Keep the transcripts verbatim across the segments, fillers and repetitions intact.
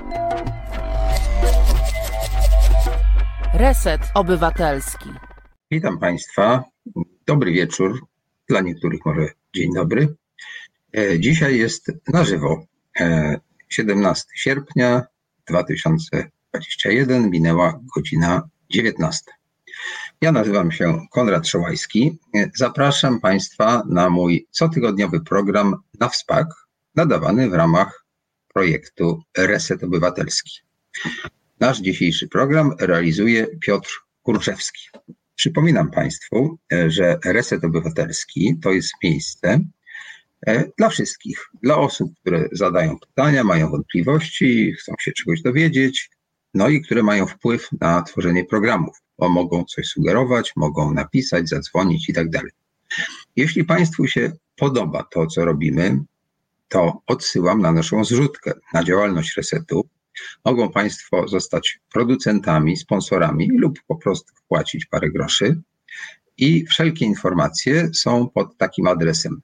Reset Obywatelski. Witam Państwa. Dobry wieczór. Dla niektórych może dzień dobry. Dzisiaj jest na żywo. siedemnastego sierpnia dwa tysiące dwudziestego pierwszego. Minęła godzina dziewiętnasta. Ja nazywam się Konrad Szołajski. Zapraszam Państwa na mój cotygodniowy program na WSPAK, nadawany w ramach projektu Reset Obywatelski. Nasz dzisiejszy program realizuje Piotr Kurczewski. Przypominam Państwu, że Reset Obywatelski to jest miejsce dla wszystkich, dla osób, które zadają pytania, mają wątpliwości, chcą się czegoś dowiedzieć, no i które mają wpływ na tworzenie programów, bo mogą coś sugerować, mogą napisać, zadzwonić i tak dalej. Jeśli Państwu się podoba to, co robimy, to odsyłam na naszą zrzutkę na działalność Resetu. Mogą Państwo zostać producentami, sponsorami lub po prostu wpłacić parę groszy. I wszelkie informacje są pod takim adresem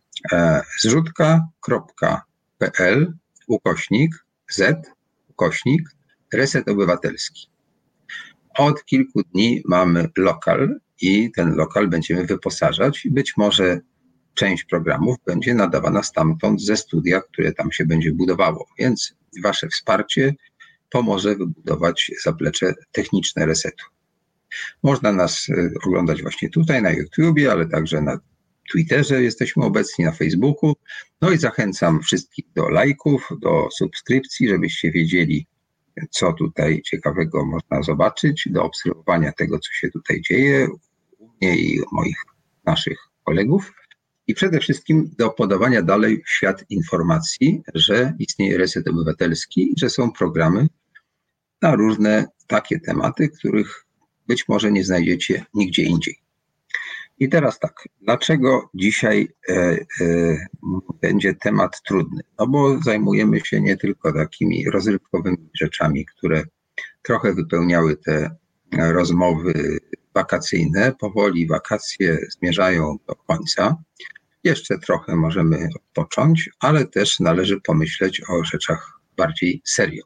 zrzutka.pl ukośnik z ukośnik Reset Obywatelski. Od kilku dni mamy lokal i ten lokal będziemy wyposażać. Być może część programów będzie nadawana stamtąd ze studia, które tam się będzie budowało. Więc Wasze wsparcie pomoże wybudować zaplecze techniczne Resetu. Można nas oglądać właśnie tutaj na YouTubie, ale także na Twitterze jesteśmy obecni, na Facebooku. No i zachęcam wszystkich do lajków, do subskrypcji, żebyście wiedzieli, co tutaj ciekawego można zobaczyć, do obserwowania tego, co się tutaj dzieje u mnie i u moich naszych kolegów. I przede wszystkim do podawania dalej w świat informacji, że istnieje Reset Obywatelski i że są programy na różne takie tematy, których być może nie znajdziecie nigdzie indziej. I teraz tak, dlaczego dzisiaj e, e, będzie temat trudny? No bo zajmujemy się nie tylko takimi rozrywkowymi rzeczami, które trochę wypełniały te rozmowy wakacyjne. Powoli wakacje zmierzają do końca. Jeszcze trochę możemy odpocząć, ale też należy pomyśleć o rzeczach bardziej serio.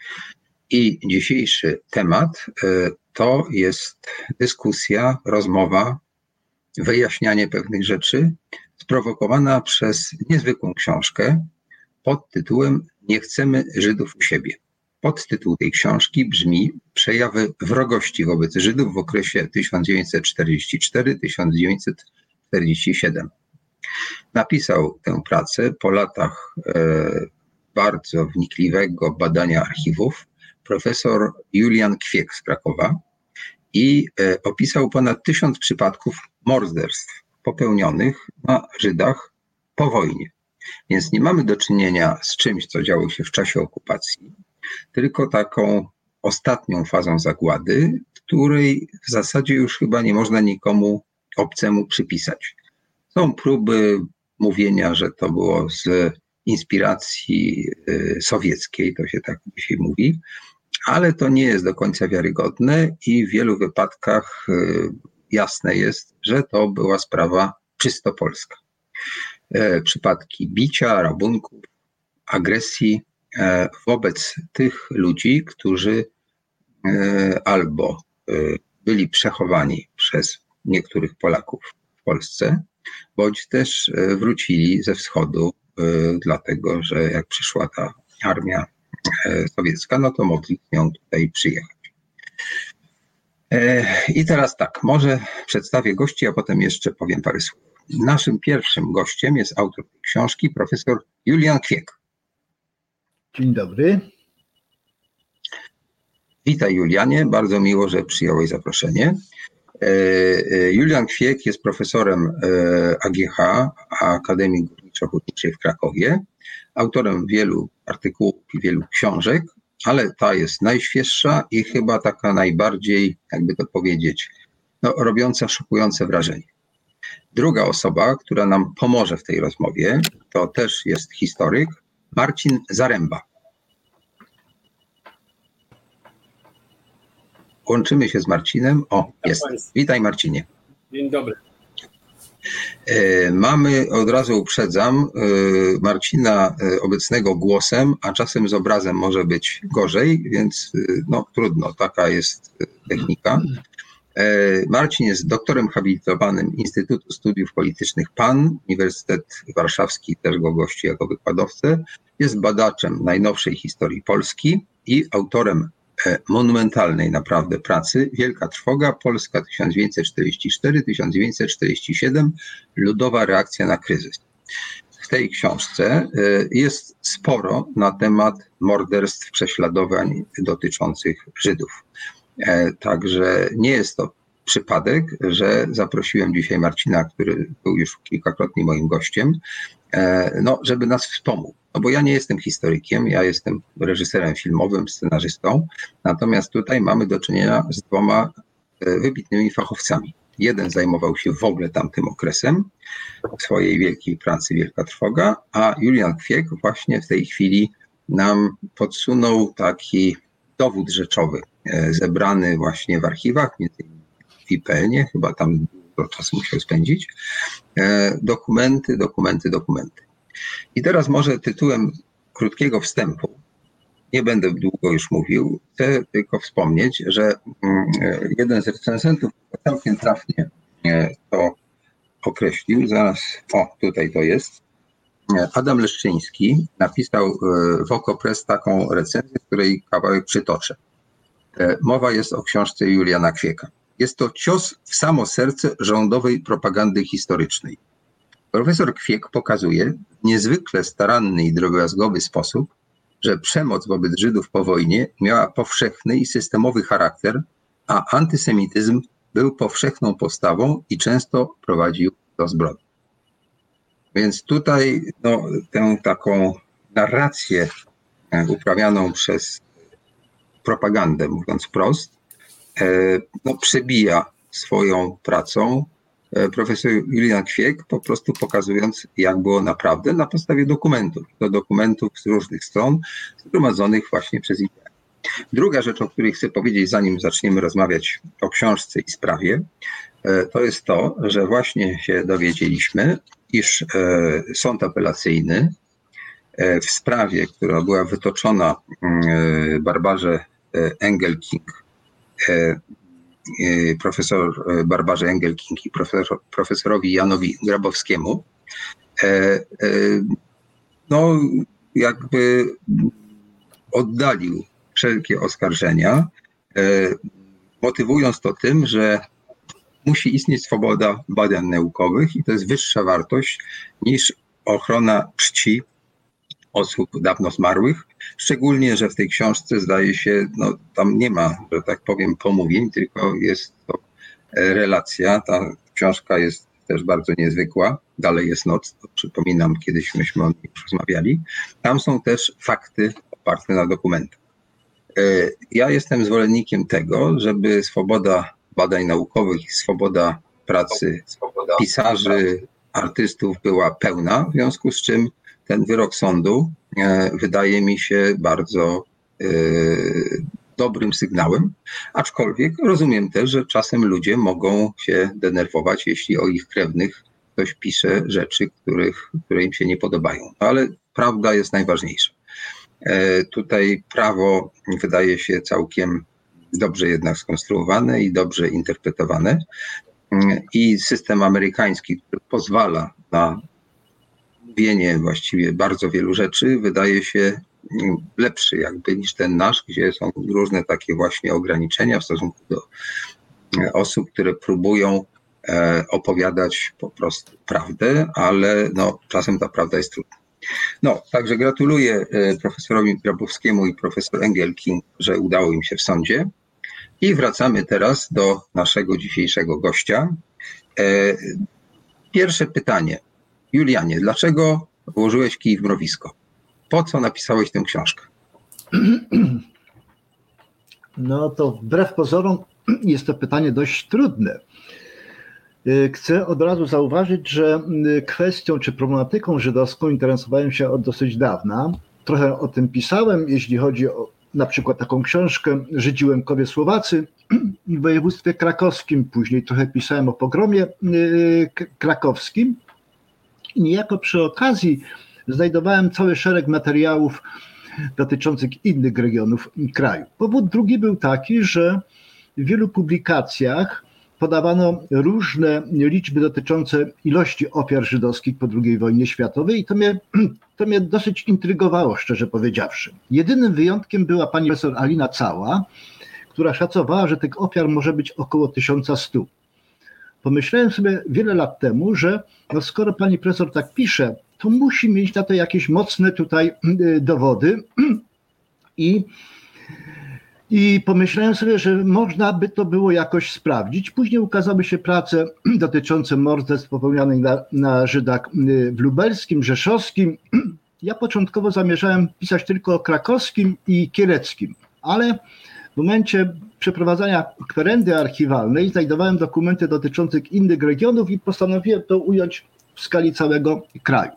I dzisiejszy temat to jest dyskusja, rozmowa, wyjaśnianie pewnych rzeczy sprowokowana przez niezwykłą książkę pod tytułem Nie chcemy Żydów u siebie. Podtytuł tej książki brzmi Przejawy wrogości wobec Żydów w okresie tysiąc dziewięćset czterdziesty czwarty do tysiąc dziewięćset czterdziestego siódmego. Napisał tę pracę po latach e, bardzo wnikliwego badania archiwów profesor Julian Kwiek z Krakowa i e, opisał ponad tysiąc przypadków morderstw popełnionych na Żydach po wojnie. Więc nie mamy do czynienia z czymś, co działo się w czasie okupacji, tylko taką ostatnią fazą zagłady, której w zasadzie już chyba nie można nikomu obcemu przypisać. Są próby mówienia, że to było z inspiracji sowieckiej, to się tak dzisiaj mówi, ale to nie jest do końca wiarygodne i w wielu wypadkach jasne jest, że to była sprawa czysto polska. Przypadki bicia, rabunków, agresji wobec tych ludzi, którzy albo byli przechowani przez niektórych Polaków w Polsce, bądź też wrócili ze wschodu, dlatego że jak przyszła ta armia sowiecka, no to mogli z nią tutaj przyjechać. I teraz tak, może przedstawię gości, a potem jeszcze powiem parę słów. Naszym pierwszym gościem jest autor tej książki, profesor Julian Kwiek. Dzień dobry. Witaj Julianie, bardzo miło, że przyjąłeś zaproszenie. Julian Kwiek jest profesorem A G H, Akademii Górniczo-Hutniczej w Krakowie, autorem wielu artykułów i wielu książek, ale ta jest najświeższa i chyba taka najbardziej, jakby to powiedzieć, no, robiąca szokujące wrażenie. Druga osoba, która nam pomoże w tej rozmowie, to też jest historyk, Marcin Zaręba. Łączymy się z Marcinem. O, jest. Witaj Marcinie. Dzień dobry. Mamy, od razu uprzedzam, Marcina obecnego głosem, a czasem z obrazem może być gorzej, więc no trudno, taka jest technika. Marcin jest doktorem habilitowanym Instytutu Studiów Politycznych P A N, Uniwersytet Warszawski też go gości jako wykładowcę. Jest badaczem najnowszej historii Polski i autorem monumentalnej naprawdę pracy Wielka Trwoga, Polska tysiąc dziewięćset czterdzieści cztery do tysiąc dziewięćset czterdzieści siedem, ludowa reakcja na kryzys. W tej książce jest sporo na temat morderstw, prześladowań dotyczących Żydów. Także nie jest to przypadek, że zaprosiłem dzisiaj Marcina, który był już kilkakrotnie moim gościem, no, żeby nas wspomógł. No bo ja nie jestem historykiem, ja jestem reżyserem filmowym, scenarzystą, natomiast tutaj mamy do czynienia z dwoma wybitnymi fachowcami. Jeden zajmował się w ogóle tamtym okresem w swojej wielkiej pracy Wielka Trwoga, a Julian Kwiek właśnie w tej chwili nam podsunął taki dowód rzeczowy, zebrany właśnie w archiwach, między innymi w I P N ie, chyba tam dużo czasu musiał spędzić. Dokumenty, dokumenty, dokumenty. I teraz może tytułem krótkiego wstępu, nie będę długo już mówił, chcę tylko wspomnieć, że jeden z recenzentów całkiem trafnie to określił, zaraz, o tutaj to jest, Adam Leszczyński napisał w Okopres taką recenzję, z której kawałek przytoczę. Mowa jest o książce Juliana Kwieka. Jest to cios w samo serce rządowej propagandy historycznej. Profesor Kwiek pokazuje w niezwykle staranny i drobiazgowy sposób, że przemoc wobec Żydów po wojnie miała powszechny i systemowy charakter, a antysemityzm był powszechną postawą i często prowadził do zbrodni. Więc tutaj no, tę taką narrację uprawianą przez propagandę, mówiąc wprost, no, przebija swoją pracą profesor Julian Kwiek, po prostu pokazując, jak było naprawdę na podstawie dokumentów. Do dokumentów z różnych stron, zgromadzonych właśnie przez I P N. Druga rzecz, o której chcę powiedzieć, zanim zaczniemy rozmawiać o książce i sprawie, to jest to, że właśnie się dowiedzieliśmy, iż sąd apelacyjny w sprawie, która była wytoczona Barbarze Engelking, profesor Barbarze Engelking i profesor, profesorowi Janowi Grabowskiemu, no jakby oddalił wszelkie oskarżenia, motywując to tym, że musi istnieć swoboda badań naukowych i to jest wyższa wartość niż ochrona czci osób dawno zmarłych, szczególnie, że w tej książce zdaje się, no tam nie ma, że tak powiem, pomówień, tylko jest to relacja. Ta książka jest też bardzo niezwykła. Dalej jest noc, to przypominam, kiedyś myśmy o niej już rozmawiali. Tam są też fakty oparte na dokumentach. Ja jestem zwolennikiem tego, żeby swoboda badań naukowych i swoboda pracy pisarzy, artystów była pełna, w związku z czym ten wyrok sądu wydaje mi się bardzo dobrym sygnałem, aczkolwiek rozumiem też, że czasem ludzie mogą się denerwować, jeśli o ich krewnych ktoś pisze rzeczy, których, które im się nie podobają. No ale prawda jest najważniejsza. Tutaj prawo wydaje się całkiem dobrze jednak skonstruowane i dobrze interpretowane i system amerykański, który pozwala na mówienie właściwie bardzo wielu rzeczy, wydaje się lepszy jakby niż ten nasz, gdzie są różne takie właśnie ograniczenia w stosunku do osób, które próbują opowiadać po prostu prawdę, ale no, czasem ta prawda jest trudna. No, także gratuluję profesorowi Grabowskiemu i profesor Engelking, że udało im się w sądzie. I wracamy teraz do naszego dzisiejszego gościa. Pierwsze pytanie. Julianie, dlaczego włożyłeś kij w mrowisko? Po co napisałeś tę książkę? No to wbrew pozorom jest to pytanie dość trudne. Chcę od razu zauważyć, że kwestią czy problematyką żydowską interesowałem się od dosyć dawna. Trochę o tym pisałem, jeśli chodzi o na przykład taką książkę Żydzi Łemkowie Słowacy, w województwie krakowskim, później trochę pisałem o pogromie krakowskim i niejako przy okazji znajdowałem cały szereg materiałów dotyczących innych regionów kraju. Powód drugi był taki, że w wielu publikacjach podawano różne liczby dotyczące ilości ofiar żydowskich po drugiej wojnie światowej i to mnie, to mnie dosyć intrygowało, szczerze powiedziawszy. Jedynym wyjątkiem była pani profesor Alina Cała, która szacowała, że tych ofiar może być około tysiąc sto. Pomyślałem sobie wiele lat temu, że no skoro pani profesor tak pisze, to musi mieć na to jakieś mocne tutaj dowody i I pomyślałem sobie, że można by to było jakoś sprawdzić. Później ukazały się prace dotyczące morderstw popełnianych na, na Żydach w lubelskim, rzeszowskim. Ja początkowo zamierzałem pisać tylko o krakowskim i kieleckim, ale w momencie przeprowadzania kwerendy archiwalnej znajdowałem dokumenty dotyczących innych regionów i postanowiłem to ująć w skali całego kraju.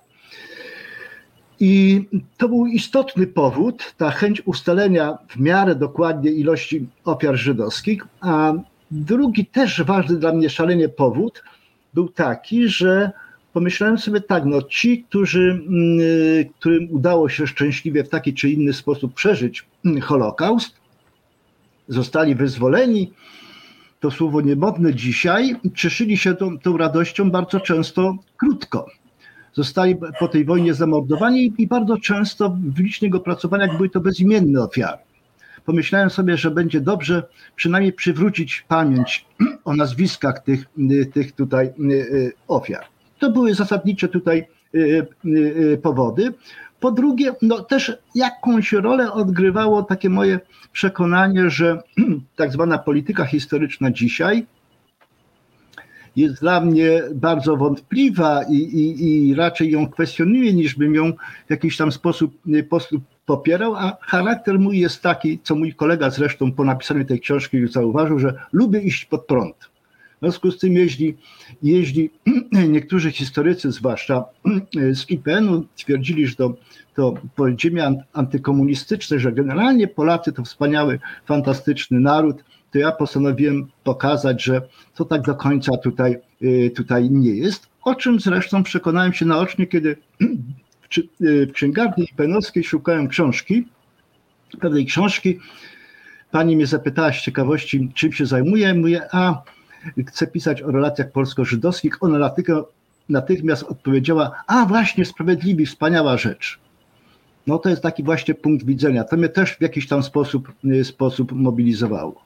I to był istotny powód, ta chęć ustalenia w miarę dokładnie ilości ofiar żydowskich, a drugi też ważny dla mnie szalenie powód był taki, że pomyślałem sobie tak, no ci, którzy, którym udało się szczęśliwie w taki czy inny sposób przeżyć Holokaust, zostali wyzwoleni, to słowo niemodne dzisiaj, cieszyli się tą, tą radością bardzo często krótko. Zostali po tej wojnie zamordowani i bardzo często w licznych opracowaniach były to bezimienne ofiary. Pomyślałem sobie, że będzie dobrze przynajmniej przywrócić pamięć o nazwiskach tych, tych tutaj ofiar. To były zasadnicze tutaj powody. Po drugie, no też jakąś rolę odgrywało takie moje przekonanie, że tak zwana polityka historyczna dzisiaj jest dla mnie bardzo wątpliwa i, i, i raczej ją kwestionuję, niż bym ją w jakiś tam sposób, sposób popierał, a charakter mój jest taki, co mój kolega zresztą po napisaniu tej książki już zauważył, że lubię iść pod prąd. W związku z tym, jeśli, jeśli niektórzy historycy, zwłaszcza z I P N-u, twierdzili, że to, to podziemie antykomunistyczne, że generalnie Polacy to wspaniały, fantastyczny naród, to ja postanowiłem pokazać, że to tak do końca tutaj, tutaj nie jest, o czym zresztą przekonałem się naocznie, kiedy w księgarni I P N-owskiej szukałem książki, pewnej książki. Pani mnie zapytała z ciekawości, czym się zajmuję. Mówię, a chcę pisać o relacjach polsko-żydowskich. Ona natychmiast odpowiedziała, a właśnie, Sprawiedliwi, wspaniała rzecz. No to jest taki właśnie punkt widzenia. To mnie też w jakiś tam sposób, sposób mobilizowało.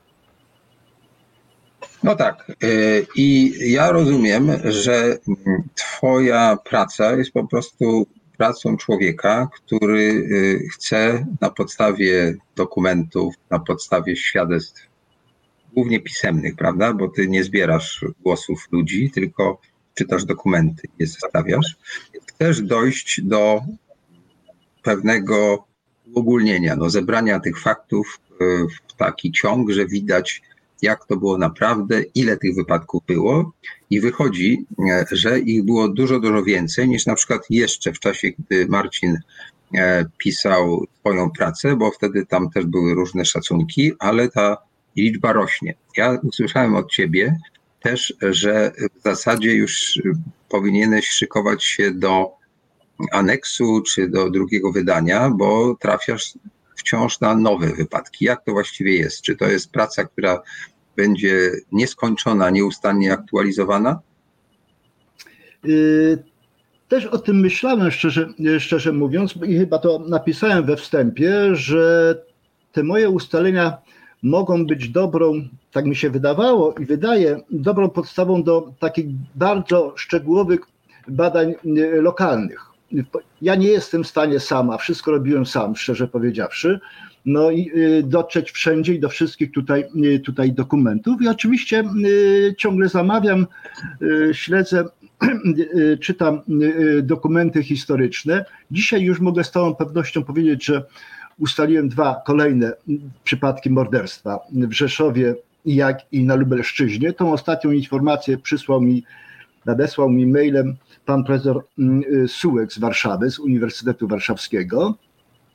No tak. I ja rozumiem, że twoja praca jest po prostu pracą człowieka, który chce na podstawie dokumentów, na podstawie świadectw, głównie pisemnych, prawda? Bo ty nie zbierasz głosów ludzi, tylko czytasz dokumenty, je zestawiasz. Chcesz dojść do pewnego uogólnienia, no zebrania tych faktów w taki ciąg, że widać, jak to było naprawdę, ile tych wypadków było i wychodzi, że ich było dużo, dużo więcej niż na przykład jeszcze w czasie, gdy Marcin pisał swoją pracę, bo wtedy tam też były różne szacunki, ale ta liczba rośnie. Ja usłyszałem od ciebie też, że w zasadzie już powinieneś szykować się do aneksu czy do drugiego wydania, bo trafiasz wciąż na nowe wypadki. Jak to właściwie jest? Czy to jest praca, która będzie nieskończona, nieustannie aktualizowana? Też o tym myślałem, szczerze, szczerze mówiąc, i chyba to napisałem we wstępie, że te moje ustalenia mogą być dobrą, tak mi się wydawało i wydaje, dobrą podstawą do takich bardzo szczegółowych badań lokalnych. Ja nie jestem w stanie sam, a wszystko robiłem sam, szczerze powiedziawszy, no i dotrzeć wszędzie i do wszystkich tutaj, tutaj dokumentów i oczywiście ciągle zamawiam, śledzę, czytam dokumenty historyczne. Dzisiaj już mogę z całą pewnością powiedzieć, że ustaliłem dwa kolejne przypadki morderstwa w Rzeszowie, jak i na Lubelszczyźnie. Tą ostatnią informację przysłał mi, nadesłał mi mailem pan profesor Sułek z Warszawy, z Uniwersytetu Warszawskiego.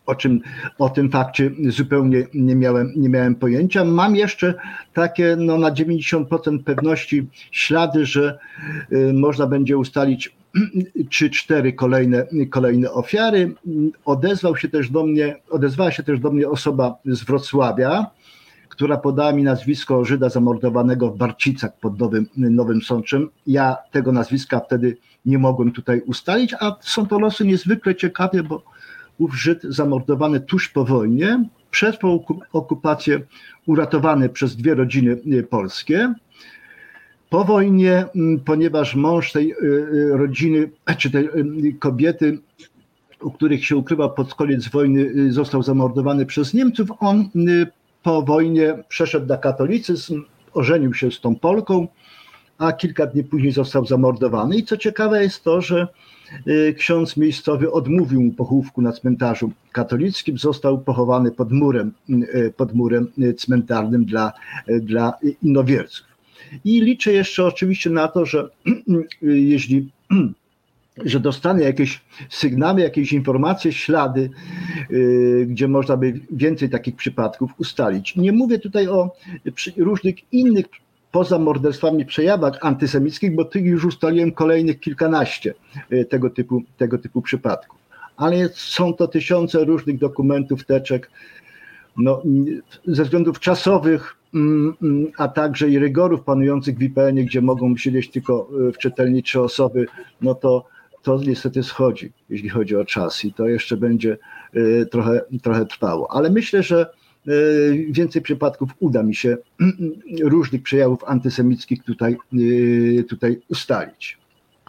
o czym, o tym fakcie zupełnie nie miałem, nie miałem pojęcia. Mam jeszcze takie no, na dziewięćdziesiąt procent pewności ślady, że y, można będzie ustalić trzy cztery kolejne, kolejne ofiary. Odezwał się też do mnie, odezwała się też do mnie osoba z Wrocławia, która podała mi nazwisko Żyda zamordowanego w Barcicach pod Nowym, Nowym Sączem. Ja tego nazwiska wtedy nie mogłem tutaj ustalić, a są to losy niezwykle ciekawe, bo ów Żyd zamordowany tuż po wojnie, przetrwał okupację, uratowany przez dwie rodziny polskie. Po wojnie, ponieważ mąż tej rodziny, czy tej kobiety, u których się ukrywał pod koniec wojny, został zamordowany przez Niemców, on po wojnie przeszedł na katolicyzm, ożenił się z tą Polką, a kilka dni później został zamordowany. I co ciekawe jest to, że ksiądz miejscowy odmówił mu pochówku na cmentarzu katolickim, został pochowany pod murem, pod murem cmentarnym dla, dla innowierców. I liczę jeszcze oczywiście na to, że jeśli że dostanę jakieś sygnały, jakieś informacje, ślady, yy, gdzie można by więcej takich przypadków ustalić. Nie mówię tutaj o różnych innych poza morderstwami przejawach antysemickich, bo tych już ustaliłem kolejnych kilkanaście yy, tego typu, tego typu przypadków. Ale są to tysiące różnych dokumentów, teczek, no, ze względów czasowych, a także i rygorów panujących w I P N ie, gdzie mogą siedzieć tylko w czytelni trzy osoby, no to to niestety schodzi, jeśli chodzi o czas i to jeszcze będzie trochę, trochę trwało. Ale myślę, że więcej przypadków uda mi się różnych przejawów antysemickich tutaj, tutaj ustalić.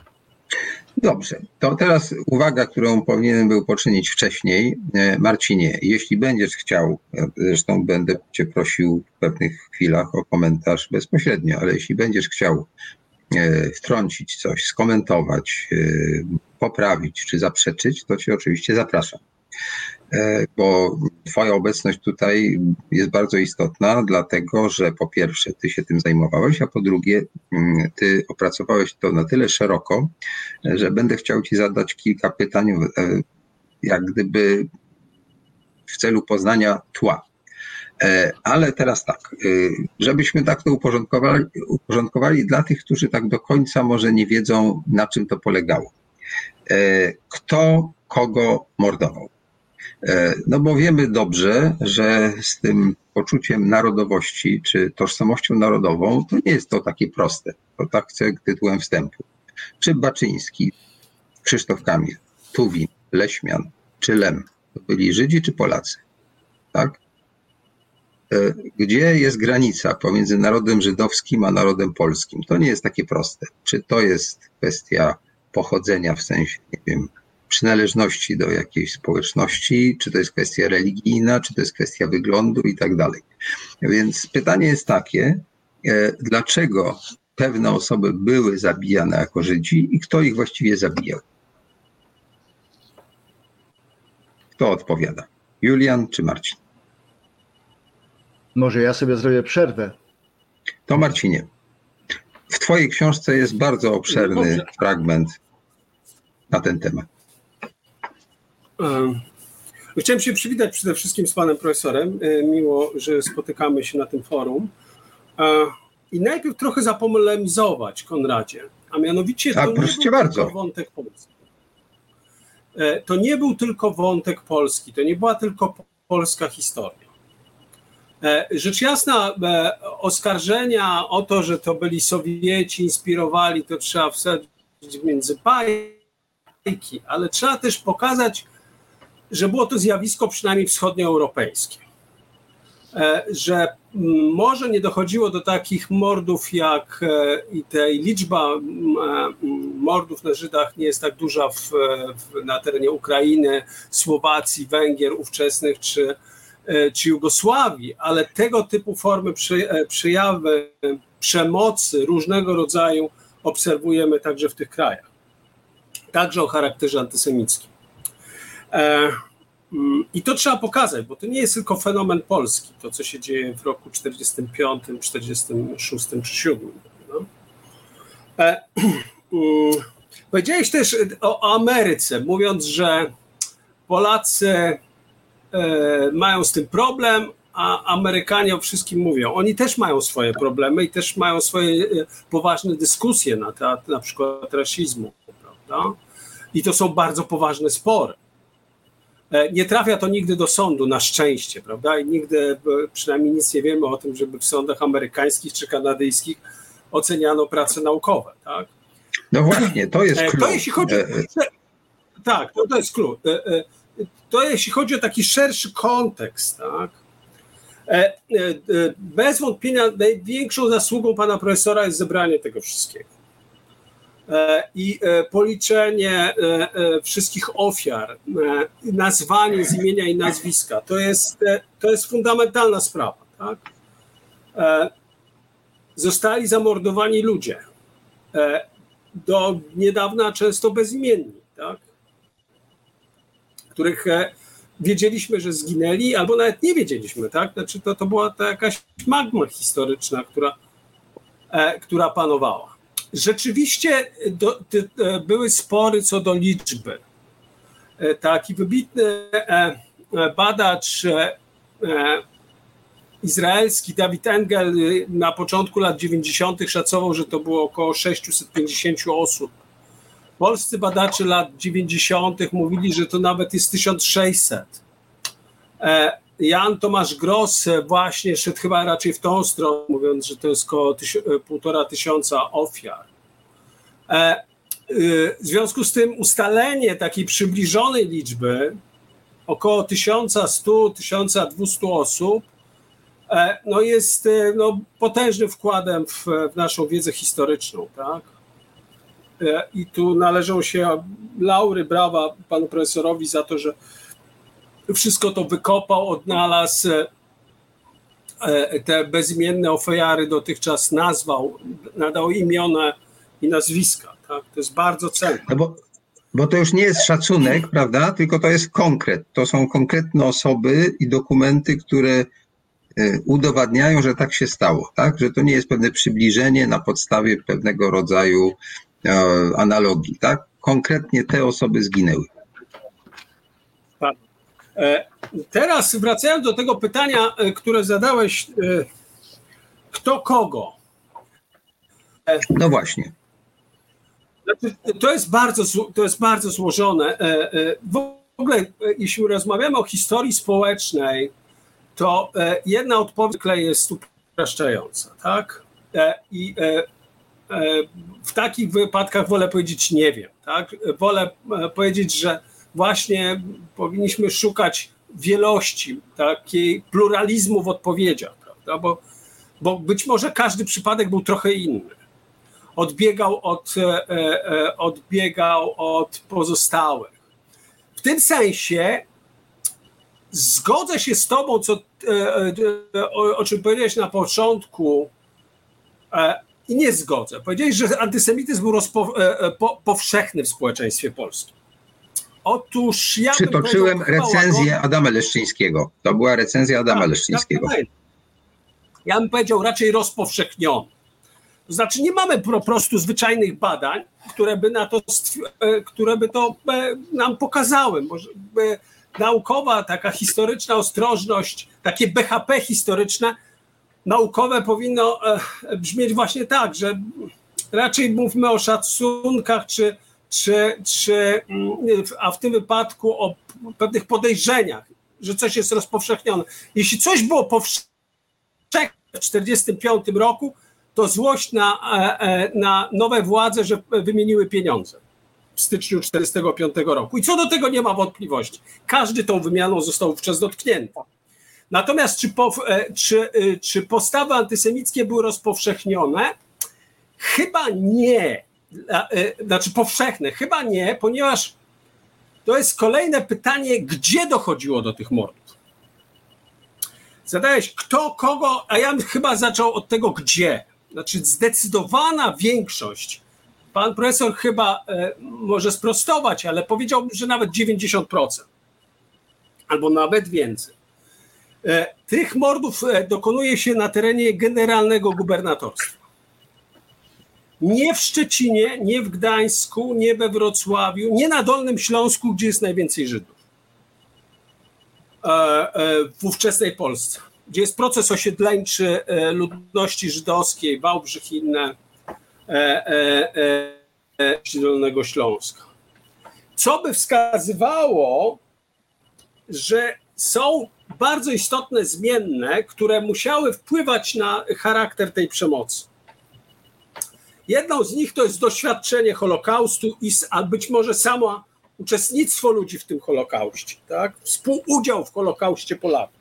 Dobrze, to teraz uwaga, którą powinienem był poczynić wcześniej. Marcinie, jeśli będziesz chciał, zresztą będę cię prosił w pewnych chwilach o komentarz bezpośrednio, ale jeśli będziesz chciał wtrącić coś, skomentować, poprawić czy zaprzeczyć, to cię oczywiście zapraszam. Bo twoja obecność tutaj jest bardzo istotna, dlatego że po pierwsze ty się tym zajmowałeś, a po drugie ty opracowałeś to na tyle szeroko, że będę chciał ci zadać kilka pytań, jak gdyby w celu poznania tła. Ale teraz tak, żebyśmy tak to uporządkowali, uporządkowali dla tych, którzy tak do końca może nie wiedzą, na czym to polegało. Kto kogo mordował? No bo wiemy dobrze, że z tym poczuciem narodowości czy tożsamością narodową to nie jest to takie proste. To tak chcę tytułem wstępu. Czy Baczyński, Krzysztof Kamil, Tuwim, Leśmian czy Lem to byli Żydzi czy Polacy? Tak? Gdzie jest granica pomiędzy narodem żydowskim a narodem polskim? To nie jest takie proste. Czy to jest kwestia pochodzenia w sensie, nie wiem, przynależności do jakiejś społeczności, czy to jest kwestia religijna, czy to jest kwestia wyglądu i tak dalej. Więc pytanie jest takie, dlaczego pewne osoby były zabijane jako Żydzi i kto ich właściwie zabijał? Kto odpowiada? Julian czy Marcin? Może ja sobie zrobię przerwę. To Marcinie. W twojej książce jest bardzo obszerny fragment na ten temat. Chciałem się przywitać przede wszystkim z panem profesorem. Miło, że spotykamy się na tym forum. I najpierw trochę zapolemizować, Konradzie, a mianowicie to a, nie był bardzo. tylko wątek polski. To nie był tylko wątek polski, to nie była tylko polska historia. Rzecz jasna, oskarżenia o to, że to byli Sowieci, inspirowali, to trzeba wsadzić między bajki, ale trzeba też pokazać, że było to zjawisko przynajmniej wschodnioeuropejskie. Że może nie dochodziło do takich mordów jak i tej liczba mordów na Żydach nie jest tak duża w, w, na terenie Ukrainy, Słowacji, Węgier ówczesnych czy, czy Jugosławii, ale tego typu formy przejawy przemocy różnego rodzaju obserwujemy także w tych krajach. Także o charakterze antysemickim. I to trzeba pokazać, bo to nie jest tylko fenomen polski, to co się dzieje w roku czterdziestym piątym, czterdziestym szóstym czy siódmym. No. E, um, powiedziałeś też o Ameryce, mówiąc, że Polacy mają z tym problem, a Amerykanie o wszystkim mówią. Oni też mają swoje problemy i też mają swoje poważne dyskusje na temat na przykład rasizmu, prawda? I to są bardzo poważne spory. Nie trafia to nigdy do sądu, na szczęście, prawda? I nigdy, przynajmniej nic nie wiemy o tym, żeby w sądach amerykańskich czy kanadyjskich oceniano prace naukowe, tak? No właśnie, to jest klucz. To jeśli chodzi, tak, to, to jest klucz. To jeśli chodzi o taki szerszy kontekst, tak? Bez wątpienia największą zasługą pana profesora jest zebranie tego wszystkiego i policzenie wszystkich ofiar, nazwanie z imienia i nazwiska. To jest, to jest fundamentalna sprawa. Tak? Zostali zamordowani ludzie, do niedawna często bezimienni, tak? Których wiedzieliśmy, że zginęli, albo nawet nie wiedzieliśmy, tak? Znaczy to, to była ta jakaś magma historyczna, która, e, która panowała. Rzeczywiście do, ty, e, były spory co do liczby. E, taki wybitny e, badacz e, izraelski David Engel na początku lat dziewięćdziesiątych szacował, że to było około sześćset pięćdziesiąt osób. Polscy badacze lat dziewięćdziesiątych mówili, że to nawet jest tysiąc sześćset. Jan Tomasz Gross właśnie szedł chyba raczej w tą stronę, mówiąc, że to jest około tysi- półtora tysiąca ofiar. W związku z tym ustalenie takiej przybliżonej liczby około tysiąc sto do tysiąc dwieście osób no jest no, potężnym wkładem w, w naszą wiedzę historyczną, tak? I tu należą się laury, brawa panu profesorowi za to, że wszystko to wykopał, odnalazł, te bezimienne ofiary dotychczas nazwał, nadał imiona i nazwiska. Tak? To jest bardzo cenne. No bo, bo to już nie jest szacunek, prawda, tylko to jest konkret. To są konkretne osoby i dokumenty, które udowadniają, że tak się stało. Tak? Że to nie jest pewne przybliżenie na podstawie pewnego rodzaju analogii, tak? Konkretnie te osoby zginęły. Teraz wracając do tego pytania, które zadałeś, kto kogo? No właśnie. To jest bardzo, to jest bardzo złożone. W ogóle, jeśli rozmawiamy o historii społecznej, to jedna odpowiedź jest upraszczająca, tak? I w takich wypadkach wolę powiedzieć nie wiem, tak? Wolę powiedzieć, że właśnie powinniśmy szukać wielości, takiej pluralizmu w odpowiedziach, prawda? Bo, bo być może każdy przypadek był trochę inny. Odbiegał od, odbiegał od pozostałych. W tym sensie zgodzę się z tobą, co, o, o czym powiedziałeś na początku, i nie zgodzę. Powiedziałeś, że antysemityzm był rozpo, po, powszechny w społeczeństwie polskim. Otóż ja Przytoczyłem recenzję Adama Leszczyńskiego. To była recenzja Adama tak, Leszczyńskiego. Tak, ja bym powiedział raczej rozpowszechniony. To znaczy nie mamy po prostu zwyczajnych badań, które by, na to, które by to nam pokazały. Może by naukowa, taka historyczna ostrożność, takie B H P historyczne, naukowe powinno brzmieć właśnie tak, że raczej mówmy o szacunkach, czy, czy, czy, a w tym wypadku o pewnych podejrzeniach, że coś jest rozpowszechnione. Jeśli coś było powszechne w tysiąc dziewięćset czterdziestym piątym roku, to złość na, na nowe władze, że wymieniły pieniądze w styczniu tysiąc dziewięćset czterdziestego piątego roku. I co do tego nie ma wątpliwości. Każdy tą wymianą został wówczas dotknięty. Natomiast czy, po, czy, czy postawy antysemickie były rozpowszechnione? Chyba nie. Znaczy powszechne. Chyba nie, ponieważ to jest kolejne pytanie, gdzie dochodziło do tych mordów. Zadałeś kto, kogo, a ja bym chyba zaczął od tego gdzie. Znaczy zdecydowana większość, pan profesor chyba e, może sprostować, ale powiedziałbym, że nawet dziewięćdziesiąt procent albo nawet więcej. E, tych mordów e, dokonuje się na terenie generalnego gubernatorstwa. Nie w Szczecinie, nie w Gdańsku, nie we Wrocławiu, nie na Dolnym Śląsku, gdzie jest najwięcej Żydów. w ówczesnej Polsce, gdzie jest proces osiedleńczy ludności żydowskiej, Wałbrzych i inne Dolnego Śląska. Co by wskazywało, że są bardzo istotne zmienne, które musiały wpływać na charakter tej przemocy. Jedną z nich to jest doświadczenie Holokaustu i a być może samo uczestnictwo ludzi w tym Holokauście, tak? Współudział w Holokauście Polaków.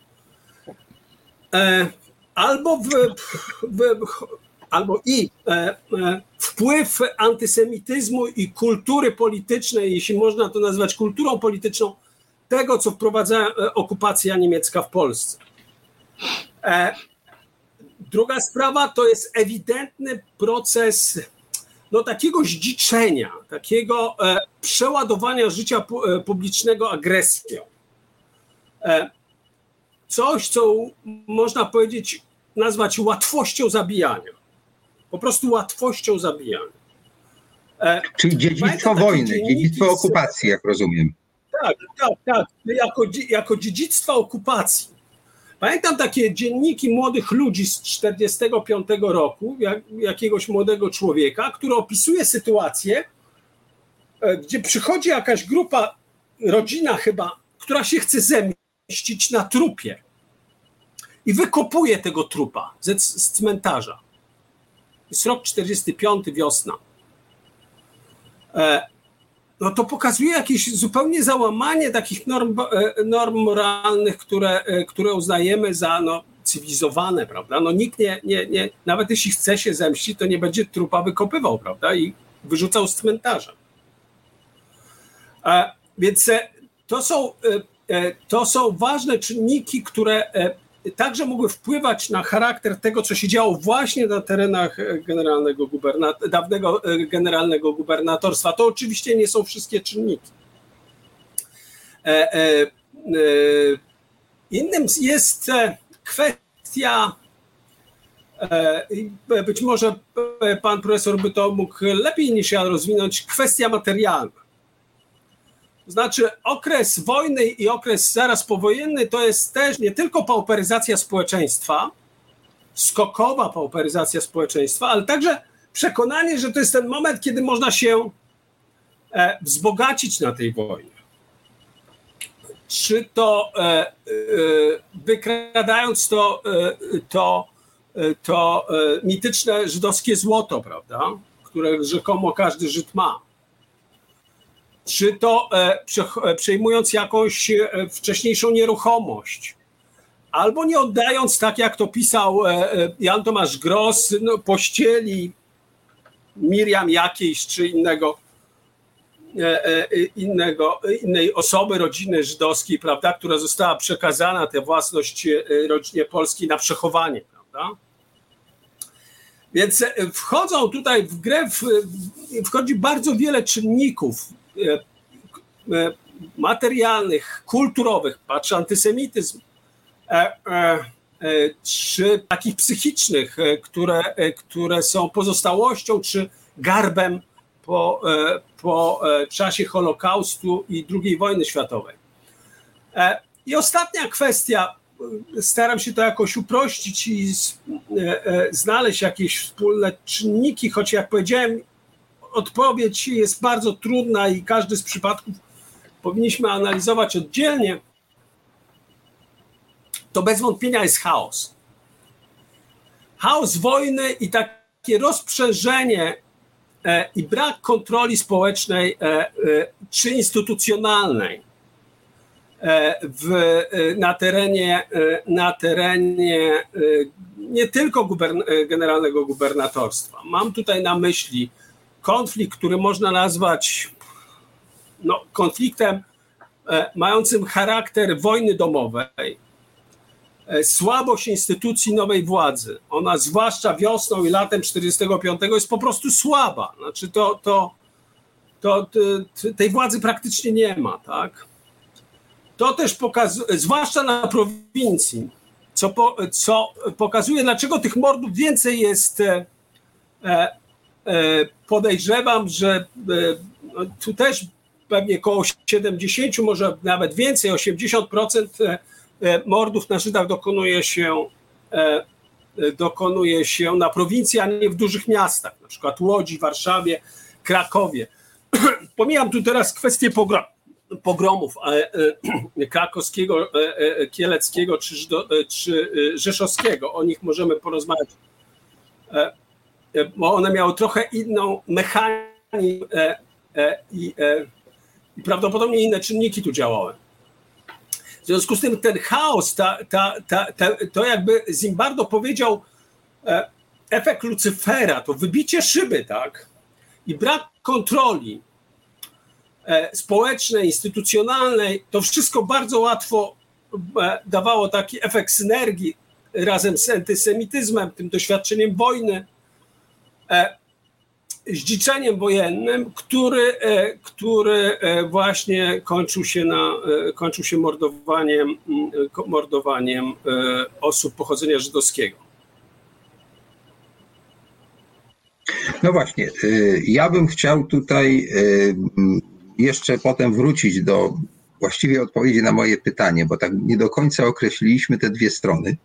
E, albo, w, w, albo i e, e, wpływ antysemityzmu i kultury politycznej, jeśli można to nazwać kulturą polityczną, tego, co wprowadza okupacja niemiecka w Polsce. E, druga sprawa to jest ewidentny proces no, takiego zdziczenia, takiego e, przeładowania życia pu, e, publicznego agresją. E, coś, co można powiedzieć, nazwać łatwością zabijania. Po prostu łatwością zabijania. E, Czyli dziedzictwo wojny, dziedzictwo okupacji, jak rozumiem. Tak, tak, tak. Jako, jako dziedzictwo okupacji. Pamiętam takie dzienniki młodych ludzi z czterdziestego piątego roku, jak, jakiegoś młodego człowieka, który opisuje sytuację, gdzie przychodzi jakaś grupa, rodzina chyba, która się chce zemścić na trupie i wykopuje tego trupa z, z cmentarza. Jest rok czterdziesty piąty, wiosna. E, no to pokazuje jakieś zupełnie załamanie takich norm, norm moralnych, które, które uznajemy za no, cywilizowane, prawda? No nikt nie, nie, nie, nawet jeśli chce się zemścić, to nie będzie trupa wykopywał, prawda? I wyrzucał z cmentarza. E, więc to są, e, to są ważne czynniki, które e, także mogły wpływać na charakter tego, co się działo właśnie na terenach generalnego gubernator, dawnego generalnego gubernatorstwa. To oczywiście nie są wszystkie czynniki. E, e, innym jest kwestia, e, być może pan profesor by to mógł lepiej niż ja rozwinąć, kwestia materialna. Znaczy okres wojny i okres zaraz powojenny to jest też nie tylko pauperyzacja społeczeństwa, skokowa pauperyzacja społeczeństwa, ale także przekonanie, że to jest ten moment, kiedy można się wzbogacić na tej wojnie. Czy to wykradając to, to, to mityczne żydowskie złoto, prawda, które rzekomo każdy Żyd ma. Czy to e, przejmując jakąś e, wcześniejszą nieruchomość, albo nie oddając, tak jak to pisał e, Jan Tomasz Gross, no, pościeli Miriam jakiejś czy innego, e, e, innego, innej osoby, rodziny żydowskiej, prawda, która została przekazana, tę własność e, rodzinie polskiej na przechowanie, prawda? Więc wchodzą tutaj w grę, w, wchodzi bardzo wiele czynników materialnych, kulturowych, patrzę antysemityzm, czy takich psychicznych, które, które są pozostałością, czy garbem po, po czasie Holokaustu i drugiej wojny światowej. I ostatnia kwestia, staram się to jakoś uprościć i znaleźć jakieś wspólne czynniki, choć jak powiedziałem, odpowiedź jest bardzo trudna i każdy z przypadków powinniśmy analizować oddzielnie, to bez wątpienia jest chaos. Chaos wojny i takie rozprzężenie e, i brak kontroli społecznej e, e, czy instytucjonalnej e, w, e, na terenie, e, na terenie e, nie tylko gubern- generalnego gubernatorstwa. Mam tutaj na myśli konflikt, który można nazwać no, konfliktem e, mającym charakter wojny domowej, e, słabość instytucji nowej władzy. Ona zwłaszcza wiosną i latem czterdziestego piątego jest po prostu słaba. Znaczy to, to, to, to tej władzy praktycznie nie ma, tak? To też pokazuje, zwłaszcza na prowincji, co, po, co pokazuje, dlaczego tych mordów więcej jest. E, e, Podejrzewam, że tu też pewnie około siedemdziesiąt, może nawet więcej, osiemdziesiąt procent mordów na Żydach dokonuje się, dokonuje się na prowincji, a nie w dużych miastach, na przykład Łodzi, Warszawie, Krakowie. Pomijam tu teraz kwestię pogromów krakowskiego, kieleckiego czy, czy rzeszowskiego. O nich możemy porozmawiać, bo one miały trochę inną mechanizm i, i prawdopodobnie inne czynniki tu działały. W związku z tym ten chaos, ta, ta, ta, ta, to jakby Zimbardo powiedział, efekt Lucyfera, to wybicie szyby, tak? I brak kontroli społecznej, instytucjonalnej, to wszystko bardzo łatwo dawało taki efekt synergii razem z antysemityzmem, tym doświadczeniem wojny, zdziczeniem wojennym, który, który właśnie kończył się, na, kończył się mordowaniem, mordowaniem osób pochodzenia żydowskiego. No właśnie, ja bym chciał tutaj jeszcze potem wrócić do właściwie odpowiedzi na moje pytanie, bo tak nie do końca określiliśmy te dwie strony,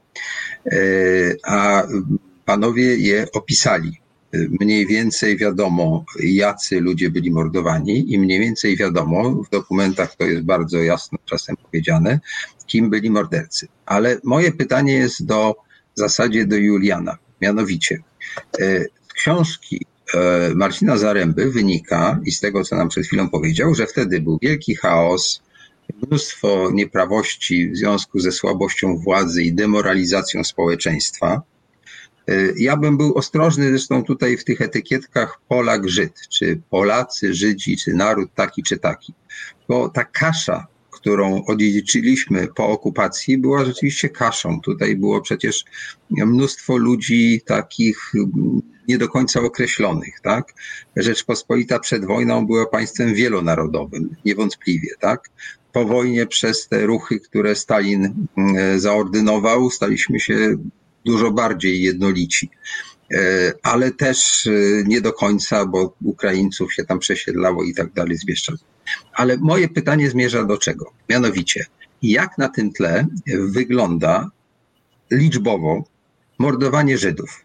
a panowie je opisali. Mniej więcej wiadomo, jacy ludzie byli mordowani i mniej więcej wiadomo, w dokumentach to jest bardzo jasno czasem powiedziane, kim byli mordercy. Ale moje pytanie jest do, w zasadzie do Juliana, mianowicie z książki Marcina Zaręby wynika, i z tego, co nam przed chwilą powiedział, że wtedy był wielki chaos, mnóstwo nieprawości w związku ze słabością władzy i demoralizacją społeczeństwa. Ja bym był ostrożny zresztą tutaj w tych etykietkach Polak, Żyd, czy Polacy, Żydzi, czy naród taki, czy taki. Bo ta kasza, którą odziedziczyliśmy po okupacji, była rzeczywiście kaszą. Tutaj było przecież mnóstwo ludzi takich nie do końca określonych, tak? Rzeczpospolita przed wojną była państwem wielonarodowym, niewątpliwie, tak? Po wojnie przez te ruchy, które Stalin zaordynował, staliśmy się dużo bardziej jednolici, ale też nie do końca, bo Ukraińców się tam przesiedlało i tak dalej z Bieszczad. Ale moje pytanie zmierza do czego? Mianowicie, jak na tym tle wygląda liczbowo mordowanie Żydów?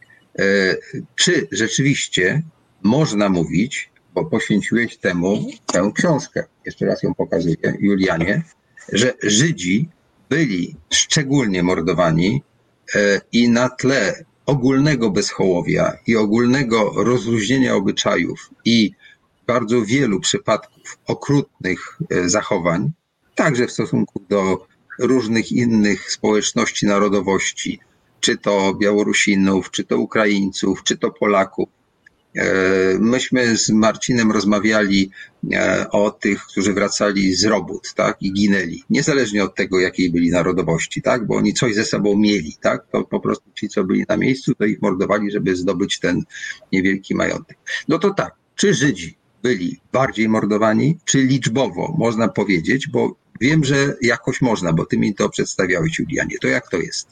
Czy rzeczywiście można mówić, bo poświęciłeś temu tę książkę, jeszcze raz ją pokazuję, Julianie, że Żydzi byli szczególnie mordowani i na tle ogólnego bezhołowia i ogólnego rozluźnienia obyczajów i bardzo wielu przypadków okrutnych zachowań, także w stosunku do różnych innych społeczności, narodowości, czy to Białorusinów, czy to Ukraińców, czy to Polaków. Myśmy z Marcinem rozmawiali o tych, którzy wracali z robót, tak, i ginęli, niezależnie od tego, jakiej byli narodowości, tak, bo oni coś ze sobą mieli, tak, to po prostu ci, co byli na miejscu, to ich mordowali, żeby zdobyć ten niewielki majątek. No to tak, czy Żydzi byli bardziej mordowani, czy liczbowo, można powiedzieć, bo wiem, że jakoś można, bo ty mi to przedstawiałeś, Julianie, to jak to jest?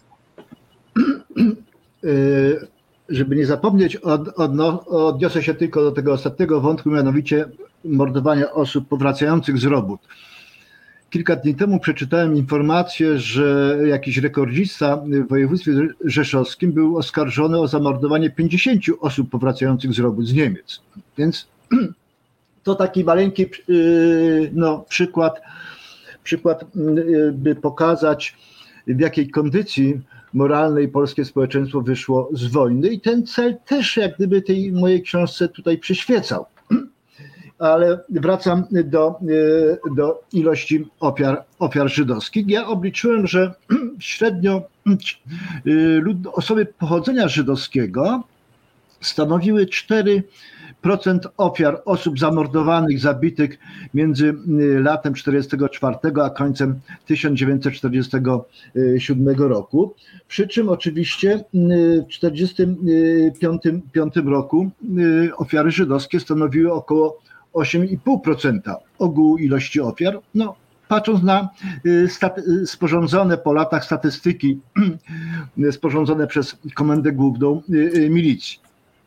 Żeby nie zapomnieć, od, odno, odniosę się tylko do tego ostatniego wątku, mianowicie mordowania osób powracających z robót. Kilka dni temu przeczytałem informację, że jakiś rekordzista w województwie rzeszowskim był oskarżony o zamordowanie pięćdziesięciu osób powracających z robót z Niemiec. Więc to taki maleńki no, przykład, przykład, by pokazać, w jakiej kondycji moralnej polskie społeczeństwo wyszło z wojny i ten cel też jak gdyby tej mojej książce tutaj przyświecał. Ale wracam do, do ilości ofiar, ofiar żydowskich. Ja obliczyłem, że średnio osoby pochodzenia żydowskiego stanowiły cztery procent ofiar osób zamordowanych, zabitych między latem czterdziestego czwartego a końcem tysiąc dziewięćset czterdziestego siódmego roku. Przy czym oczywiście w czterdziestym piątym roku ofiary żydowskie stanowiły około osiem i pół procent ogółu ilości ofiar. No, patrząc na staty- sporządzone po latach statystyki sporządzone przez Komendę Główną Milicji.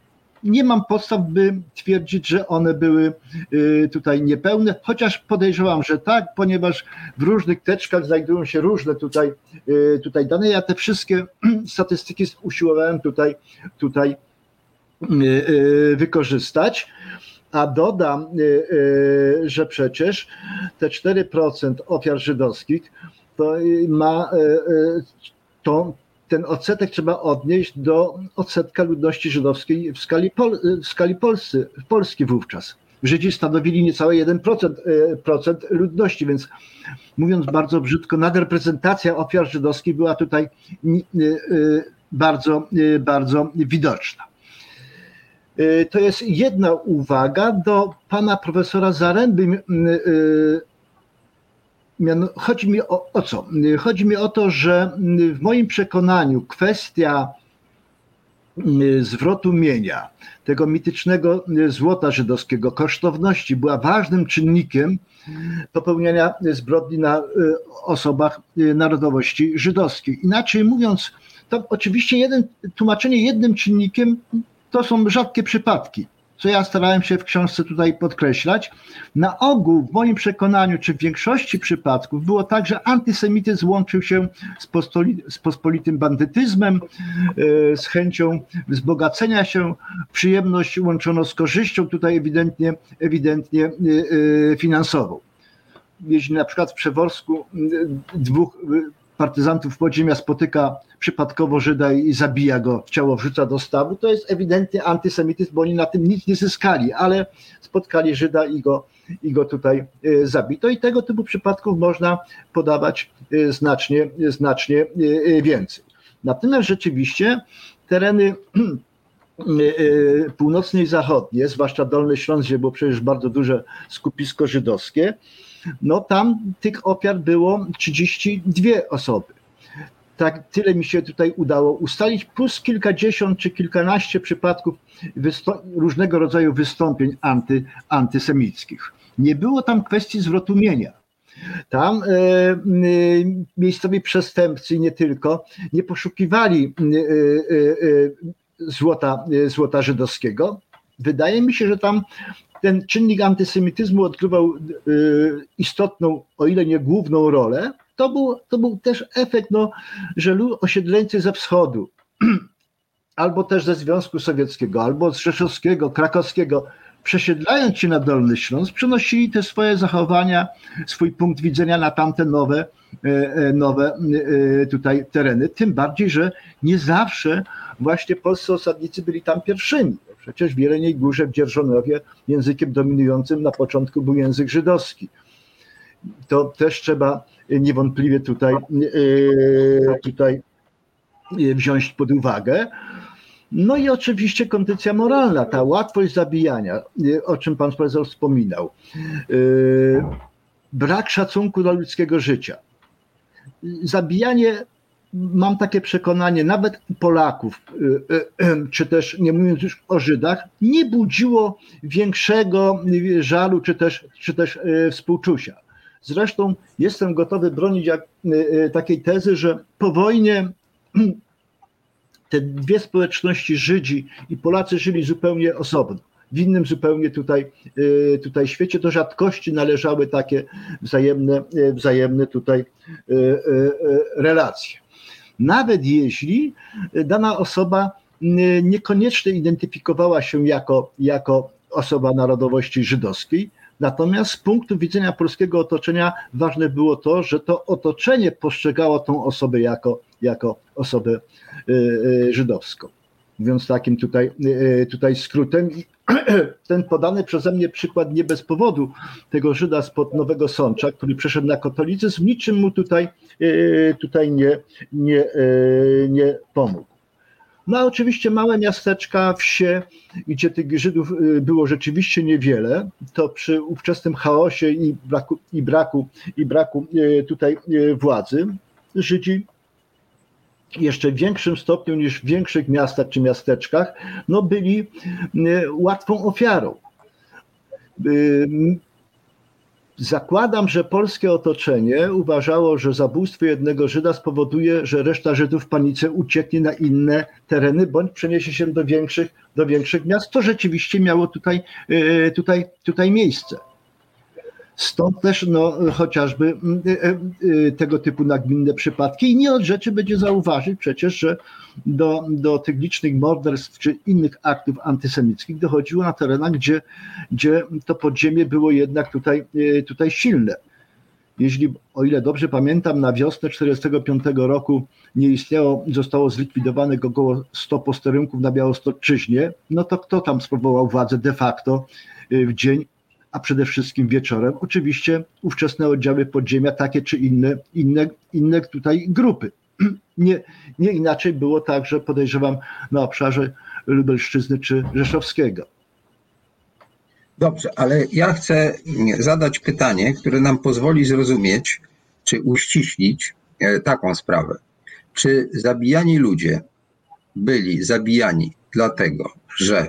nie mam podstaw, by twierdzić, że one były tutaj niepełne, chociaż podejrzewam, że tak, ponieważ w różnych teczkach znajdują się różne tutaj, tutaj dane. Ja te wszystkie statystyki usiłowałem tutaj, tutaj wykorzystać. A dodam, że przecież te cztery procent ofiar żydowskich to ma to, ten odsetek trzeba odnieść do odsetka ludności żydowskiej w skali, Pol, w skali Polscy, Polski wówczas. Żydzi stanowili niecałe jeden procent ludności, więc mówiąc bardzo brzydko, nadreprezentacja ofiar żydowskich była tutaj bardzo, bardzo widoczna. To jest jedna uwaga do pana profesora Zaręby. Chodzi mi o, o co? Chodzi mi o to, że w moim przekonaniu kwestia zwrotu mienia, tego mitycznego złota żydowskiego, kosztowności była ważnym czynnikiem popełniania zbrodni na osobach narodowości żydowskiej. Inaczej mówiąc, to oczywiście jeden, tłumaczenie jednym czynnikiem to są rzadkie przypadki, co ja starałem się w książce tutaj podkreślać. Na ogół, w moim przekonaniu, czy w większości przypadków było tak, że antysemityzm łączył się z, postoli, z pospolitym bandytyzmem, z chęcią wzbogacenia się, przyjemność łączono z korzyścią, tutaj ewidentnie, ewidentnie finansową. Jeśli na przykład w Przeworsku dwóch partyzantów podziemia spotyka przypadkowo Żyda i zabija go, ciało wrzuca do stawu, to jest ewidentnie antysemityzm, bo oni na tym nic nie zyskali, ale spotkali Żyda i go, i go tutaj zabito i tego typu przypadków można podawać znacznie, znacznie więcej. Natomiast rzeczywiście tereny północne i zachodnie, zwłaszcza Dolny Śląsk, gdzie było przecież bardzo duże skupisko żydowskie, no tam tych ofiar było trzydzieści dwie osoby. Tak, tyle mi się tutaj udało ustalić, plus kilkadziesiąt czy kilkanaście przypadków różnego rodzaju wystąpień anty, antysemickich. Nie było tam kwestii zwrotu mienia. Tam e, e, miejscowi przestępcy, nie tylko, nie poszukiwali e, e, złota, e, złota żydowskiego. Wydaje mi się, że tam ten czynnik antysemityzmu odgrywał y, istotną, o ile nie główną rolę. To był, to był też efekt, no, że osiedleńcy ze wschodu, albo też ze Związku Sowieckiego, albo z Rzeszowskiego, Krakowskiego, przesiedlając się na Dolny Śląsk, przenosili te swoje zachowania, swój punkt widzenia na tamte nowe, y, nowe y, tutaj tereny. Tym bardziej, że nie zawsze właśnie polscy osadnicy byli tam pierwszymi. Przecież w Jeleniej Górze, w Dzierżonowie językiem dominującym na początku był język żydowski. To też trzeba niewątpliwie tutaj, tutaj wziąć pod uwagę. No i oczywiście kondycja moralna, ta łatwość zabijania, o czym pan profesor wspominał. Brak szacunku do ludzkiego życia. Zabijanie, mam takie przekonanie, nawet Polaków, czy też nie mówiąc już o Żydach, nie budziło większego żalu, czy też, czy też współczucia. Zresztą jestem gotowy bronić jak, takiej tezy, że po wojnie te dwie społeczności, Żydzi i Polacy, żyli zupełnie osobno. W innym zupełnie tutaj, tutaj świecie. Do rzadkości należały takie wzajemne, wzajemne tutaj relacje. Nawet jeśli dana osoba niekoniecznie identyfikowała się jako, jako osoba narodowości żydowskiej, natomiast z punktu widzenia polskiego otoczenia ważne było to, że to otoczenie postrzegało tą osobę jako, jako osobę żydowską. Mówiąc takim tutaj, tutaj skrótem, ten podany przeze mnie przykład nie bez powodu tego Żyda spod Nowego Sącza, który przeszedł na katolicyzm, niczym mu tutaj, tutaj nie, nie, nie pomógł. No a oczywiście małe miasteczka, wsie, gdzie tych Żydów było rzeczywiście niewiele, to przy ówczesnym chaosie i braku, i braku, i braku tutaj władzy, Żydzi jeszcze w większym stopniu niż w większych miastach czy miasteczkach, no byli łatwą ofiarą. zakładam, że polskie otoczenie uważało, że zabójstwo jednego Żyda spowoduje, że reszta Żydów w panice ucieknie na inne tereny bądź przeniesie się do większych, do większych miast. To rzeczywiście miało tutaj, tutaj, tutaj miejsce. Stąd też no, chociażby tego typu nagminne przypadki. I nie od rzeczy będzie zauważyć przecież, że do, do tych licznych morderstw czy innych aktów antysemickich dochodziło na terenach, gdzie, gdzie to podziemie było jednak tutaj, tutaj silne. Jeśli, o ile dobrze pamiętam, na wiosnę tysiąc dziewięćset czterdziestego piątego roku nie istniało, zostało zlikwidowanych około sto posterunków na Białostoczyźnie, no to kto tam sprawował władzę de facto w dzień, a przede wszystkim wieczorem? Oczywiście ówczesne oddziały podziemia, takie czy inne, inne, inne tutaj grupy. Nie, nie inaczej było także, podejrzewam, na obszarze Lubelszczyzny czy Rzeszowskiego. Dobrze, ale ja chcę zadać pytanie, które nam pozwoli zrozumieć, czy uściślić taką sprawę. Czy zabijani ludzie byli zabijani dlatego, że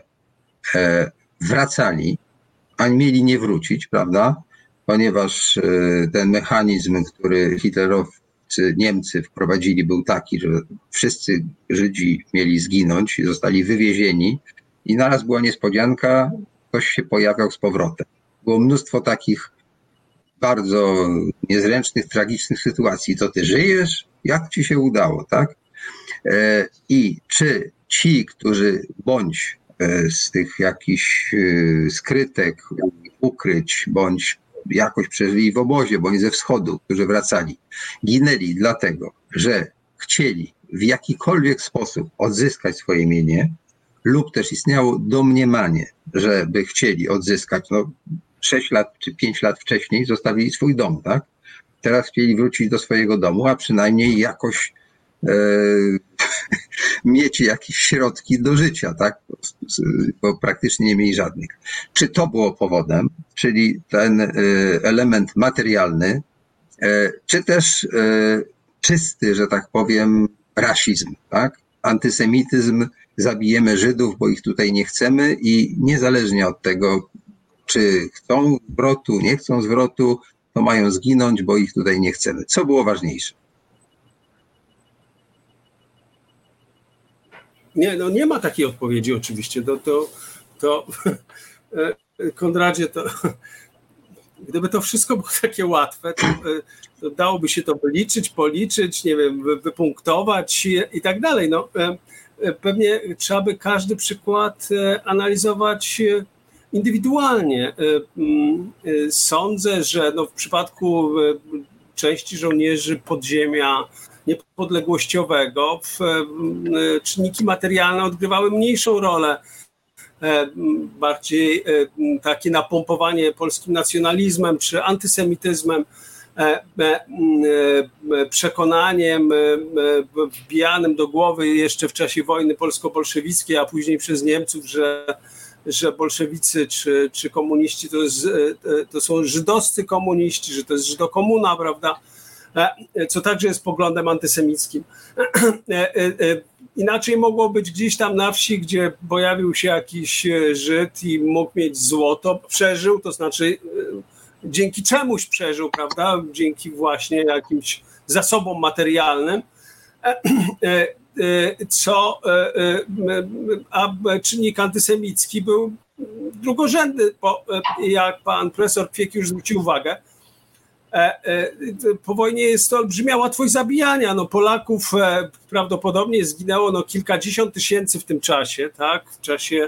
wracali, a mieli nie wrócić, prawda? Ponieważ ten mechanizm, który hitlerowcy, Niemcy wprowadzili, był taki, że wszyscy Żydzi mieli zginąć, zostali wywiezieni i naraz była niespodzianka, ktoś się pojawiał z powrotem. Było mnóstwo takich bardzo niezręcznych, tragicznych sytuacji. Co ty żyjesz? Jak ci się udało, tak? I czy ci, którzy bądź z tych jakichś skrytek, ukryć, bądź jakoś przeżyli w obozie, bądź ze wschodu, którzy wracali, ginęli dlatego, że chcieli w jakikolwiek sposób odzyskać swoje mienie, lub też istniało domniemanie, że by chcieli odzyskać, no sześć lat czy pięć lat wcześniej zostawili swój dom, tak? Teraz chcieli wrócić do swojego domu, a przynajmniej jakoś e, mieć jakieś środki do życia, tak? Bo praktycznie nie mieli żadnych. Czy to było powodem, czyli ten e, element materialny, e, czy też e, czysty, że tak powiem, rasizm, tak? Antysemityzm, zabijemy Żydów, bo ich tutaj nie chcemy i niezależnie od tego, czy chcą zwrotu, nie chcą zwrotu, to mają zginąć, bo ich tutaj nie chcemy. Co było ważniejsze? Nie, no nie ma takiej odpowiedzi oczywiście. To, to, to Konradzie, to gdyby to wszystko było takie łatwe, to, to dałoby się to wyliczyć, policzyć, nie wiem, wypunktować i, i tak dalej. No, pewnie trzeba by każdy przykład analizować indywidualnie. Sądzę, że no w przypadku części żołnierzy podziemia niepodległościowego czynniki materialne odgrywały mniejszą rolę. Bardziej takie napompowanie polskim nacjonalizmem czy antysemityzmem, przekonaniem wbijanym do głowy jeszcze w czasie wojny polsko-bolszewickiej, a później przez Niemców, że, że bolszewicy czy, czy komuniści to, jest, to są żydowscy komuniści, że to jest żydokomuna, prawda? Co także jest poglądem antysemickim. Inaczej mogło być gdzieś tam na wsi, gdzie pojawił się jakiś Żyd i mógł mieć złoto, przeżył, to znaczy dzięki czemuś przeżył, prawda? Dzięki właśnie jakimś zasobom materialnym, co, a czynnik antysemicki był drugorzędny, bo jak pan profesor Kwiek już zwrócił uwagę, po wojnie jest to olbrzymia łatwość zabijania. No, Polaków prawdopodobnie zginęło no, kilkadziesiąt tysięcy w tym czasie, tak? W czasie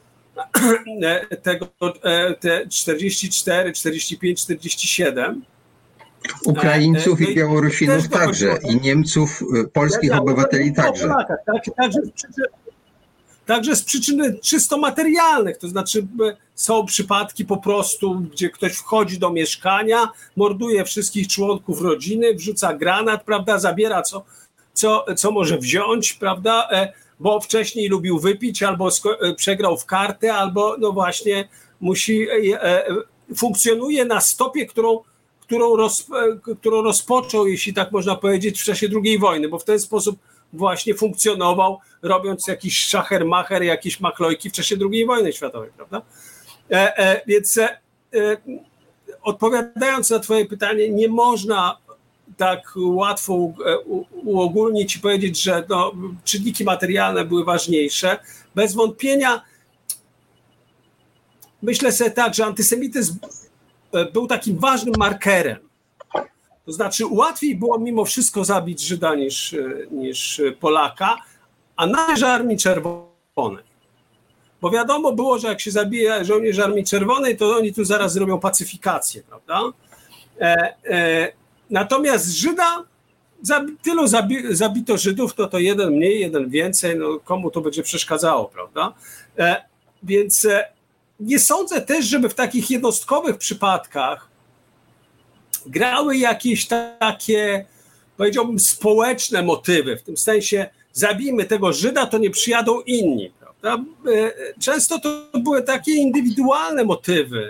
tego te czterdzieści cztery, czterdzieści pięć, czterdzieści siedem. Ukraińców i Białorusinów także, i Niemców, polskich obywateli także. Także z przyczyn, także z przyczyn czysto materialnych, to znaczy są przypadki po prostu, gdzie ktoś wchodzi do mieszkania, morduje wszystkich członków rodziny, wrzuca granat, prawda, zabiera co, co, co może wziąć, prawda, bo wcześniej lubił wypić, albo przegrał w karty, albo no właśnie musi, funkcjonuje na stopie, którą, którą, roz, którą rozpoczął, jeśli tak można powiedzieć, w czasie drugiej wojny, bo w ten sposób właśnie funkcjonował, robiąc jakiś szacher-macher, jakieś machlojki w czasie drugiej wojny światowej, prawda? E, e, więc e, odpowiadając na twoje pytanie, nie można tak łatwo uogólnić i powiedzieć, że no, czynniki materialne były ważniejsze. Bez wątpienia myślę sobie tak, że antysemityzm był takim ważnym markerem. To znaczy łatwiej było mimo wszystko zabić Żyda niż, niż Polaka, a nawet Armii Czerwonej. Bo wiadomo było, że jak się zabije żołnierzy Armii Czerwonej, to oni tu zaraz zrobią pacyfikację, prawda? E, e, natomiast Żyda, zabi, tylu zabi, zabito Żydów, to to jeden mniej, jeden więcej, no komu to będzie przeszkadzało, prawda? E, więc e, nie sądzę też, żeby w takich jednostkowych przypadkach grały jakieś takie, powiedziałbym, społeczne motywy, w tym sensie zabijmy tego Żyda, to nie przyjadą inni, prawda? Często to były takie indywidualne motywy,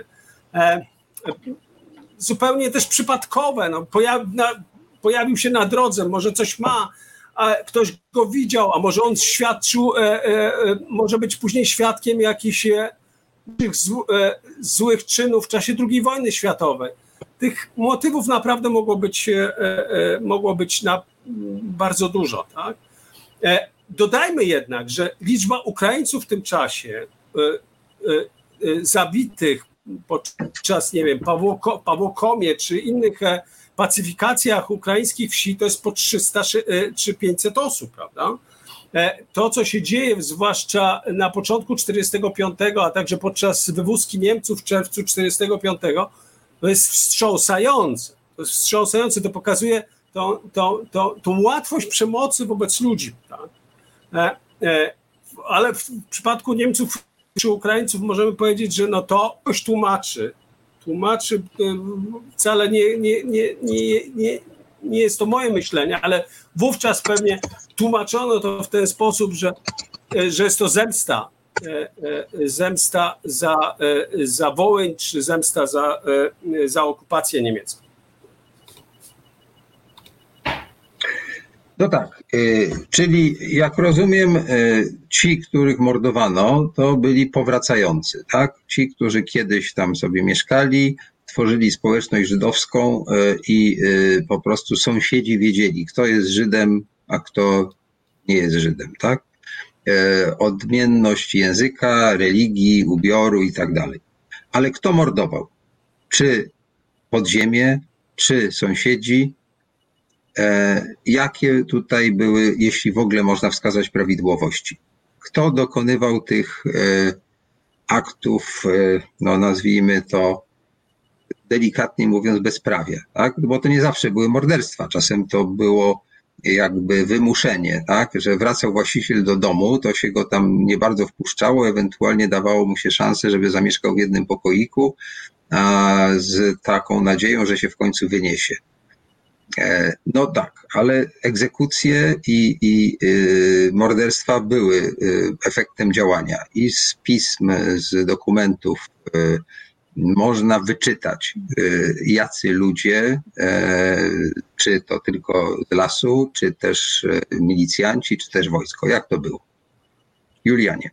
zupełnie też przypadkowe. No, pojawi, na, pojawił się na drodze, może coś ma, a ktoś go widział, a może on świadczył, e, e, może być później świadkiem jakichś zł, e, złych czynów w czasie drugiej wojny światowej. Tych motywów naprawdę mogło być, e, e, mogło być na, bardzo dużo. Tak? E, dodajmy jednak, że liczba Ukraińców w tym czasie e, e, e, zabitych podczas, nie wiem, Pawłoko, Pawłokomie czy innych e, pacyfikacjach ukraińskich wsi to jest po trzysta czy pięćset osób, prawda? E, to, co się dzieje, zwłaszcza na początku czterdziestego piątego, a także podczas wywózki Niemców w czerwcu czterdziestego piątego, to jest wstrząsające. To jest wstrząsające, to pokazuje tą, tą, tą, tą łatwość przemocy wobec ludzi. Tak? E, e, ale w przypadku Niemców czy Ukraińców możemy powiedzieć, że no to ktoś tłumaczy. Tłumaczy wcale nie, nie, nie, nie, nie, nie jest to moje myślenie, ale wówczas pewnie tłumaczono to w ten sposób, że, że jest to zemsta. Zemsta za, za Wołyń, czy zemsta za, za okupację niemiecką. No tak, czyli jak rozumiem, ci, których mordowano, to byli powracający, tak? Ci, którzy kiedyś tam sobie mieszkali, tworzyli społeczność żydowską i po prostu sąsiedzi wiedzieli, kto jest Żydem, a kto nie jest Żydem, tak? Odmienność języka, religii, ubioru i tak dalej. Ale kto mordował? Czy podziemie, czy sąsiedzi? Jakie tutaj były, jeśli w ogóle można wskazać prawidłowości? Kto dokonywał tych aktów, no nazwijmy to delikatnie mówiąc, bezprawia, tak? Bo to nie zawsze były morderstwa, czasem to było jakby wymuszenie, tak? Że wracał właściciel do domu, to się go tam nie bardzo wpuszczało, ewentualnie dawało mu się szansę, żeby zamieszkał w jednym pokoiku, a z taką nadzieją, że się w końcu wyniesie. No tak, ale egzekucje i, i y, morderstwa były y, efektem działania i z pism, z dokumentów y, można wyczytać, y, jacy ludzie, y, czy to tylko z lasu, czy też y, milicjanci, czy też wojsko. Jak to było? Julianie.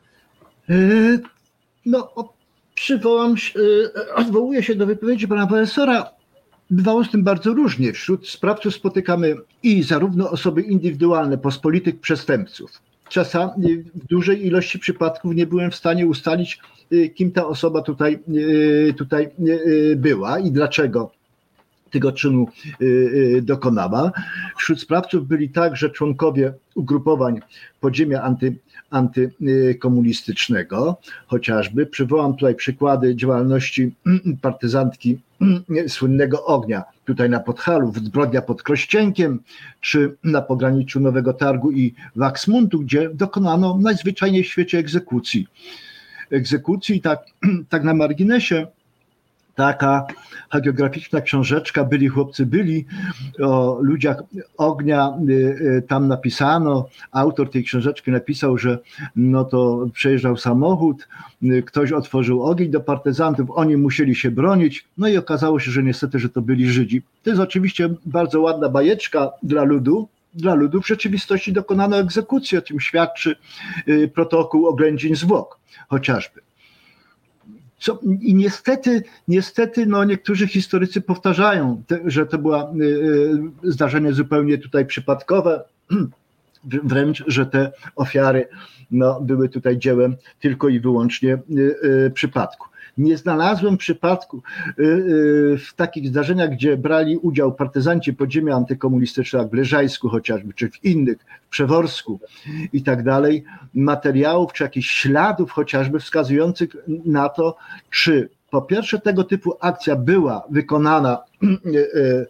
Yy, no, przywołam, yy, odwołuję się do wypowiedzi pana profesora. Bywało z tym bardzo różnie. Wśród sprawców spotykamy i zarówno osoby indywidualne, pospolitych przestępców. Czasami w dużej ilości przypadków nie byłem w stanie ustalić, kim ta osoba tutaj, tutaj była i dlaczego tego czynu dokonała. Wśród sprawców byli także członkowie ugrupowań podziemia anty, antykomunistycznego, chociażby. Przywołam tutaj przykłady działalności partyzantki słynnego Ognia, tutaj na Podhalu, zbrodnia pod Krościenkiem, czy na pograniczu Nowego Targu i Waksmuntu, gdzie dokonano najzwyczajniej w świecie egzekucji. Egzekucji, tak, tak na marginesie, taka hagiograficzna książeczka Byli chłopcy byli, o ludziach Ognia tam napisano, autor tej książeczki napisał, że no to przejeżdżał samochód, ktoś otworzył ogień do partyzantów, oni musieli się bronić, no i okazało się, że niestety, że to byli Żydzi. To jest oczywiście bardzo ładna bajeczka dla ludu, dla ludu. W rzeczywistości dokonano egzekucji, o czym świadczy protokół oględzin zwłok chociażby. Co, i niestety, niestety no niektórzy historycy powtarzają, te, że to było zdarzenie zupełnie tutaj przypadkowe, wręcz, że te ofiary no, były tutaj dziełem tylko i wyłącznie y, y, przypadku. Nie znalazłem przypadku y, y, w takich zdarzeniach, gdzie brali udział partyzanci podziemia antykomunistyczne, jak w Leżajsku chociażby, czy w innych, w Przeworsku i tak dalej, materiałów, czy jakichś śladów chociażby wskazujących na to, czy po pierwsze tego typu akcja była wykonana y, y,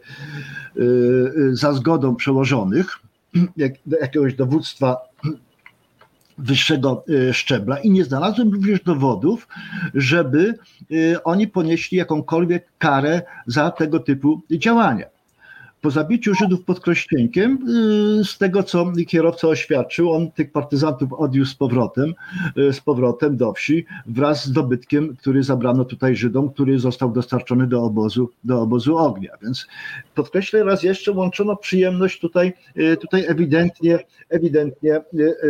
y, za zgodą przełożonych, jak, jakiegoś dowództwa wyższego szczebla i nie znalazłem również dowodów, żeby oni ponieśli jakąkolwiek karę za tego typu działania. Po zabiciu Żydów pod Krośnieńkiem, z tego co kierowca oświadczył, on tych partyzantów odwiózł z powrotem, z powrotem do wsi wraz z dobytkiem, który zabrano tutaj Żydom, który został dostarczony do obozu, do obozu ognia. Więc podkreślę raz jeszcze, łączono przyjemność tutaj, tutaj ewidentnie, ewidentnie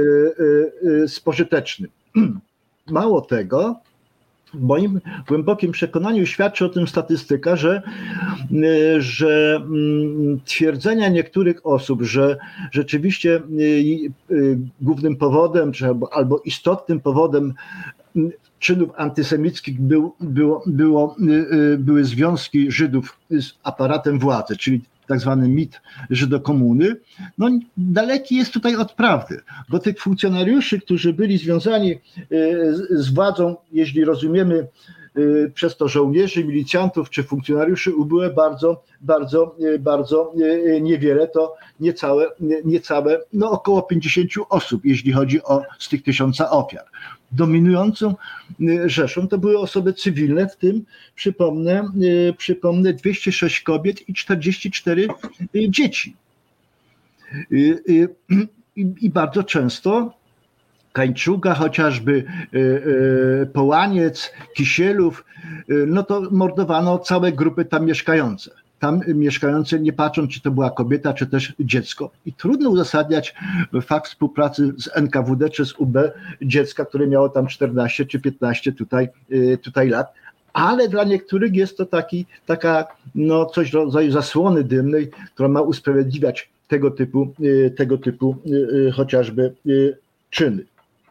z pożytecznym. Mało tego, w moim głębokim przekonaniu świadczy o tym statystyka, że, że twierdzenia niektórych osób, że rzeczywiście głównym powodem czy albo, albo istotnym powodem czynów antysemickich był, było, było, były związki Żydów z aparatem władzy, czyli tak zwany mit Żydokomuny, no daleki jest tutaj od prawdy, bo tych funkcjonariuszy, którzy byli związani z władzą, jeśli rozumiemy przez to żołnierzy, milicjantów czy funkcjonariuszy, ubyło bardzo, bardzo, bardzo niewiele, to niecałe, niecałe no około pięćdziesiąt osób, jeśli chodzi o z tych tysiąca ofiar. Dominującą rzeszą to były osoby cywilne, w tym przypomnę, przypomnę dwieście sześć kobiet i czterdzieści cztery dzieci. I, i, i bardzo często Kańczuga, chociażby Połaniec, Kisielów, no to mordowano całe grupy tam mieszkające. Tam mieszkające, nie patrząc, czy to była kobieta, czy też dziecko. I trudno uzasadniać fakt współpracy z N K W D czy z U B dziecka, które miało tam czternaście czy piętnaście tutaj, tutaj lat. Ale dla niektórych jest to taki, taka, no coś w rodzaju zasłony dymnej, która ma usprawiedliwiać tego typu, tego typu chociażby czyny.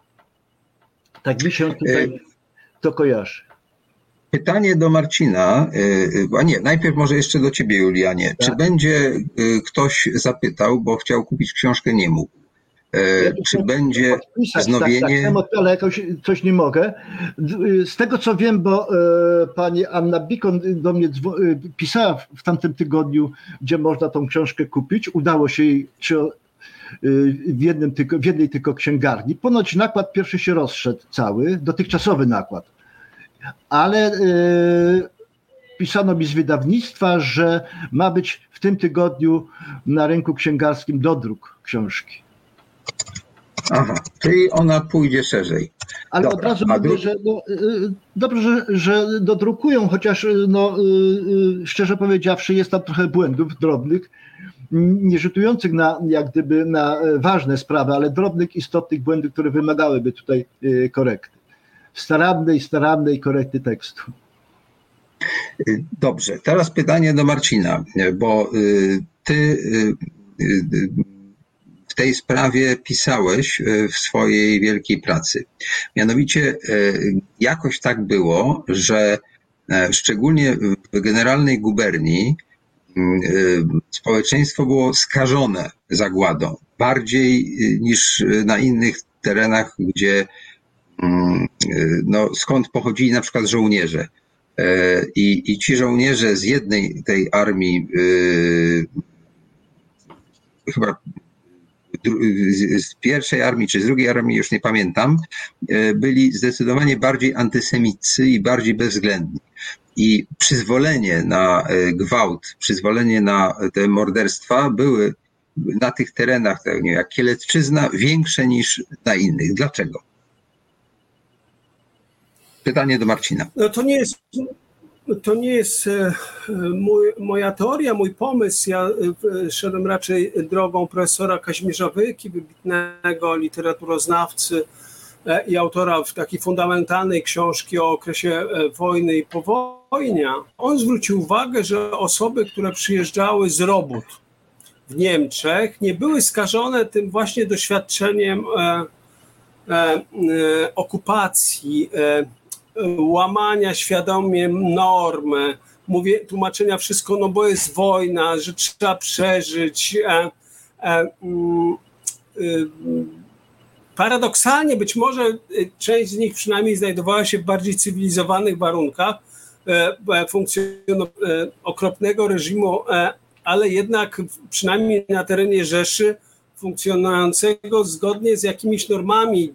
Tak mi się tutaj to kojarzy. Pytanie do Marcina, a nie, najpierw może jeszcze do ciebie, Julianie. Tak? Czy będzie ktoś zapytał, bo chciał kupić książkę, nie mógł. Ja Czy będzie wznowienie? Tak, tak, ale jakoś coś nie mogę. Z tego co wiem, bo pani Anna Bikon do mnie pisała w tamtym tygodniu, gdzie można tą książkę kupić. Udało się jej czy w, jednym tylko, w jednej tylko księgarni. Ponoć nakład pierwszy się rozszedł cały, dotychczasowy nakład. Ale y, pisano mi z wydawnictwa, że ma być w tym tygodniu na rynku księgarskim dodruk książki. Aha, czyli ona pójdzie szerzej. Ale Dobra, od razu mówię, dru... że no, y, dobrze, że, że dodrukują, chociaż no, y, y, szczerze powiedziawszy jest tam trochę błędów drobnych, nie rzutujących na, jak gdyby na ważne sprawy, ale drobnych, istotnych błędów, które wymagałyby tutaj y, korekty. Starannej, starannej korekty tekstu. Dobrze, teraz pytanie do Marcina, bo ty w tej sprawie pisałeś w swojej wielkiej pracy. Mianowicie jakoś tak było, że szczególnie w generalnej guberni społeczeństwo było skażone zagładą, bardziej niż na innych terenach, gdzie no, skąd pochodzili na przykład żołnierze. I, i ci żołnierze z jednej tej armii, chyba z pierwszej armii czy z drugiej armii, już nie pamiętam, byli zdecydowanie bardziej antysemiccy i bardziej bezwzględni. I przyzwolenie na gwałt, przyzwolenie na te morderstwa były na tych terenach, tak jak Kielecczyzna, większe niż na innych. Dlaczego? Pytanie do Marcina. No to nie jest, to nie jest mój, moja teoria, mój pomysł. Ja szedłem raczej drogą profesora Kazimierza Wyki, wybitnego literaturoznawcy, i autora takiej fundamentalnej książki o okresie wojny i powojnia, on zwrócił uwagę, że osoby, które przyjeżdżały z robót w Niemczech, nie były skażone tym właśnie doświadczeniem e, e, okupacji, e, łamania świadomie norm, mówię, tłumaczenia wszystko, no bo jest wojna, że trzeba przeżyć. E, e, e, paradoksalnie być może część z nich przynajmniej znajdowała się w bardziej cywilizowanych warunkach e, funkcjonowania e, okropnego reżimu, e, ale jednak przynajmniej na terenie Rzeszy funkcjonującego zgodnie z jakimiś normami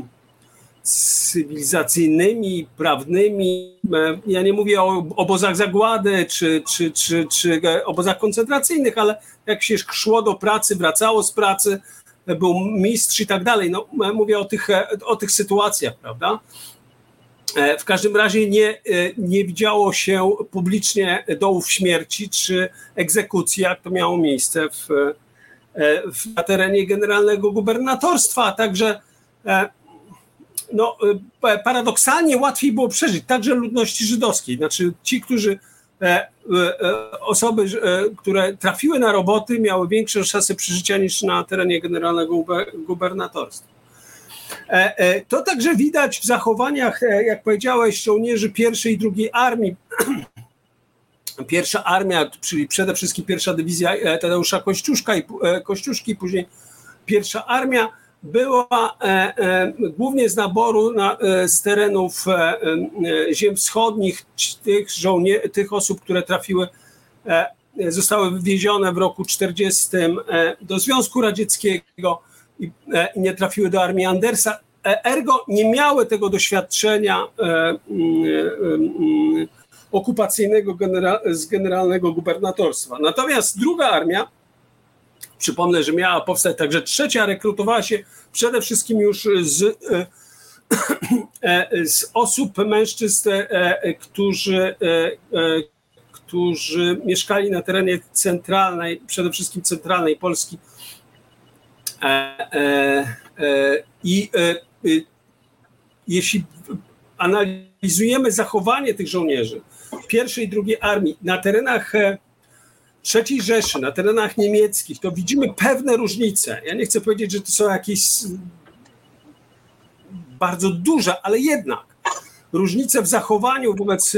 cywilizacyjnymi, prawnymi. Ja nie mówię o obozach zagłady czy, czy, czy, czy obozach koncentracyjnych, ale jak się szło do pracy, wracało z pracy, był mistrz i tak dalej. No, mówię o tych, o tych sytuacjach, prawda? W każdym razie nie, nie widziało się publicznie dołów śmierci czy egzekucji, jak to miało miejsce w, w, na terenie generalnego gubernatorstwa, a także no, paradoksalnie łatwiej było przeżyć, także ludności żydowskiej. Znaczy ci, którzy osoby, które trafiły na roboty, miały większe szanse przeżycia niż na terenie generalnego gubernatorstwa. To także widać w zachowaniach, jak powiedziałeś, żołnierzy pierwszej i drugiej armii. Pierwsza armia, czyli przede wszystkim pierwsza dywizja Tadeusza Kościuszka i, Kościuszki, później pierwsza armia, była e, e, głównie z naboru na, e, z terenów e, e, ziem wschodnich, tych, żołnie- tych osób, które trafiły, e, zostały wywiezione w roku czterdziestym e, do Związku Radzieckiego i, e, i nie trafiły do armii Andersa. E, ergo nie miały tego doświadczenia e, e, e, okupacyjnego genera- z generalnego gubernatorstwa. Natomiast druga armia, przypomnę, że miała powstać także trzecia, rekrutowała się przede wszystkim już z, z osób, mężczyzn, którzy, którzy mieszkali na terenie centralnej, przede wszystkim centralnej Polski. I jeśli analizujemy zachowanie tych żołnierzy pierwszej i drugiej armii na terenach trzeciej Rzeszy, na terenach niemieckich, to widzimy pewne różnice. Ja nie chcę powiedzieć, że to są jakieś bardzo duże, ale jednak różnice w zachowaniu wobec,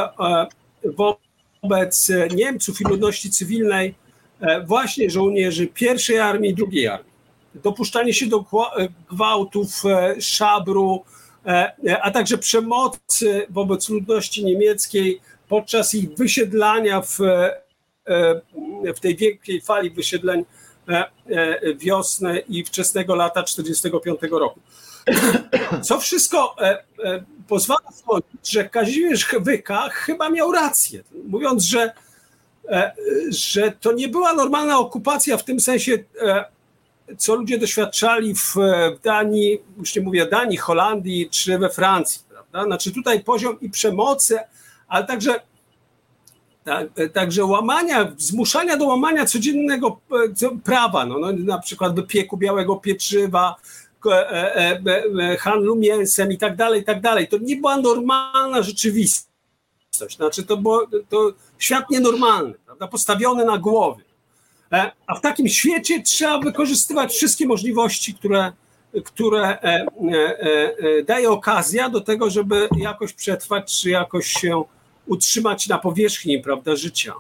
wobec Niemców i ludności cywilnej, właśnie żołnierzy pierwszej armii i drugiej armii. Dopuszczanie się do gwałtów, szabru, a także przemocy wobec ludności niemieckiej podczas ich wysiedlania w w tej wielkiej fali wysiedleń wiosny i wczesnego lata czterdziestego piątego roku. Co wszystko pozwala sądzić, że Kazimierz Wyka chyba miał rację, mówiąc, że, że to nie była normalna okupacja w tym sensie, co ludzie doświadczali w Danii, już nie mówię Danii, Holandii czy we Francji, prawda? Znaczy tutaj poziom i przemocy, ale także Tak, także łamania, zmuszania do łamania codziennego prawa, no, no, na przykład wypieku białego pieczywa, e, e, e, handlu mięsem i tak dalej, i tak dalej. To nie była normalna rzeczywistość. Znaczy to było to świat nienormalny, prawda, postawiony na głowie. E, a w takim świecie trzeba wykorzystywać wszystkie możliwości, które, które e, e, e, daje okazja do tego, żeby jakoś przetrwać, czy jakoś się utrzymać na powierzchni, prawda, życia.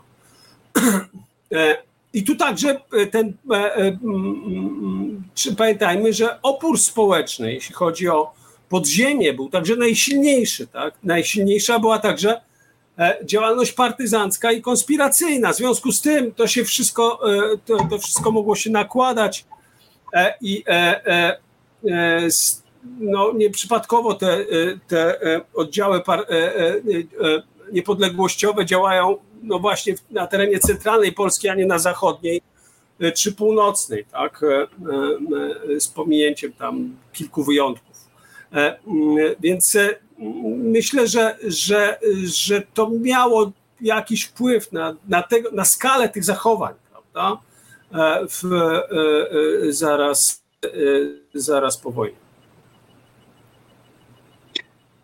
I tu także ten, pamiętajmy, że opór społeczny, jeśli chodzi o podziemie, był także najsilniejszy. Tak? Najsilniejsza była także działalność partyzancka i konspiracyjna. W związku z tym to się wszystko, to, to wszystko mogło się nakładać i no, nieprzypadkowo te, te oddziały par, niepodległościowe działają no właśnie na terenie centralnej Polski, a nie na zachodniej czy północnej, tak, z pominięciem tam kilku wyjątków. Więc myślę, że, że, że to miało jakiś wpływ na, na, tego, na skalę tych zachowań, prawda, w, zaraz, zaraz po wojnie.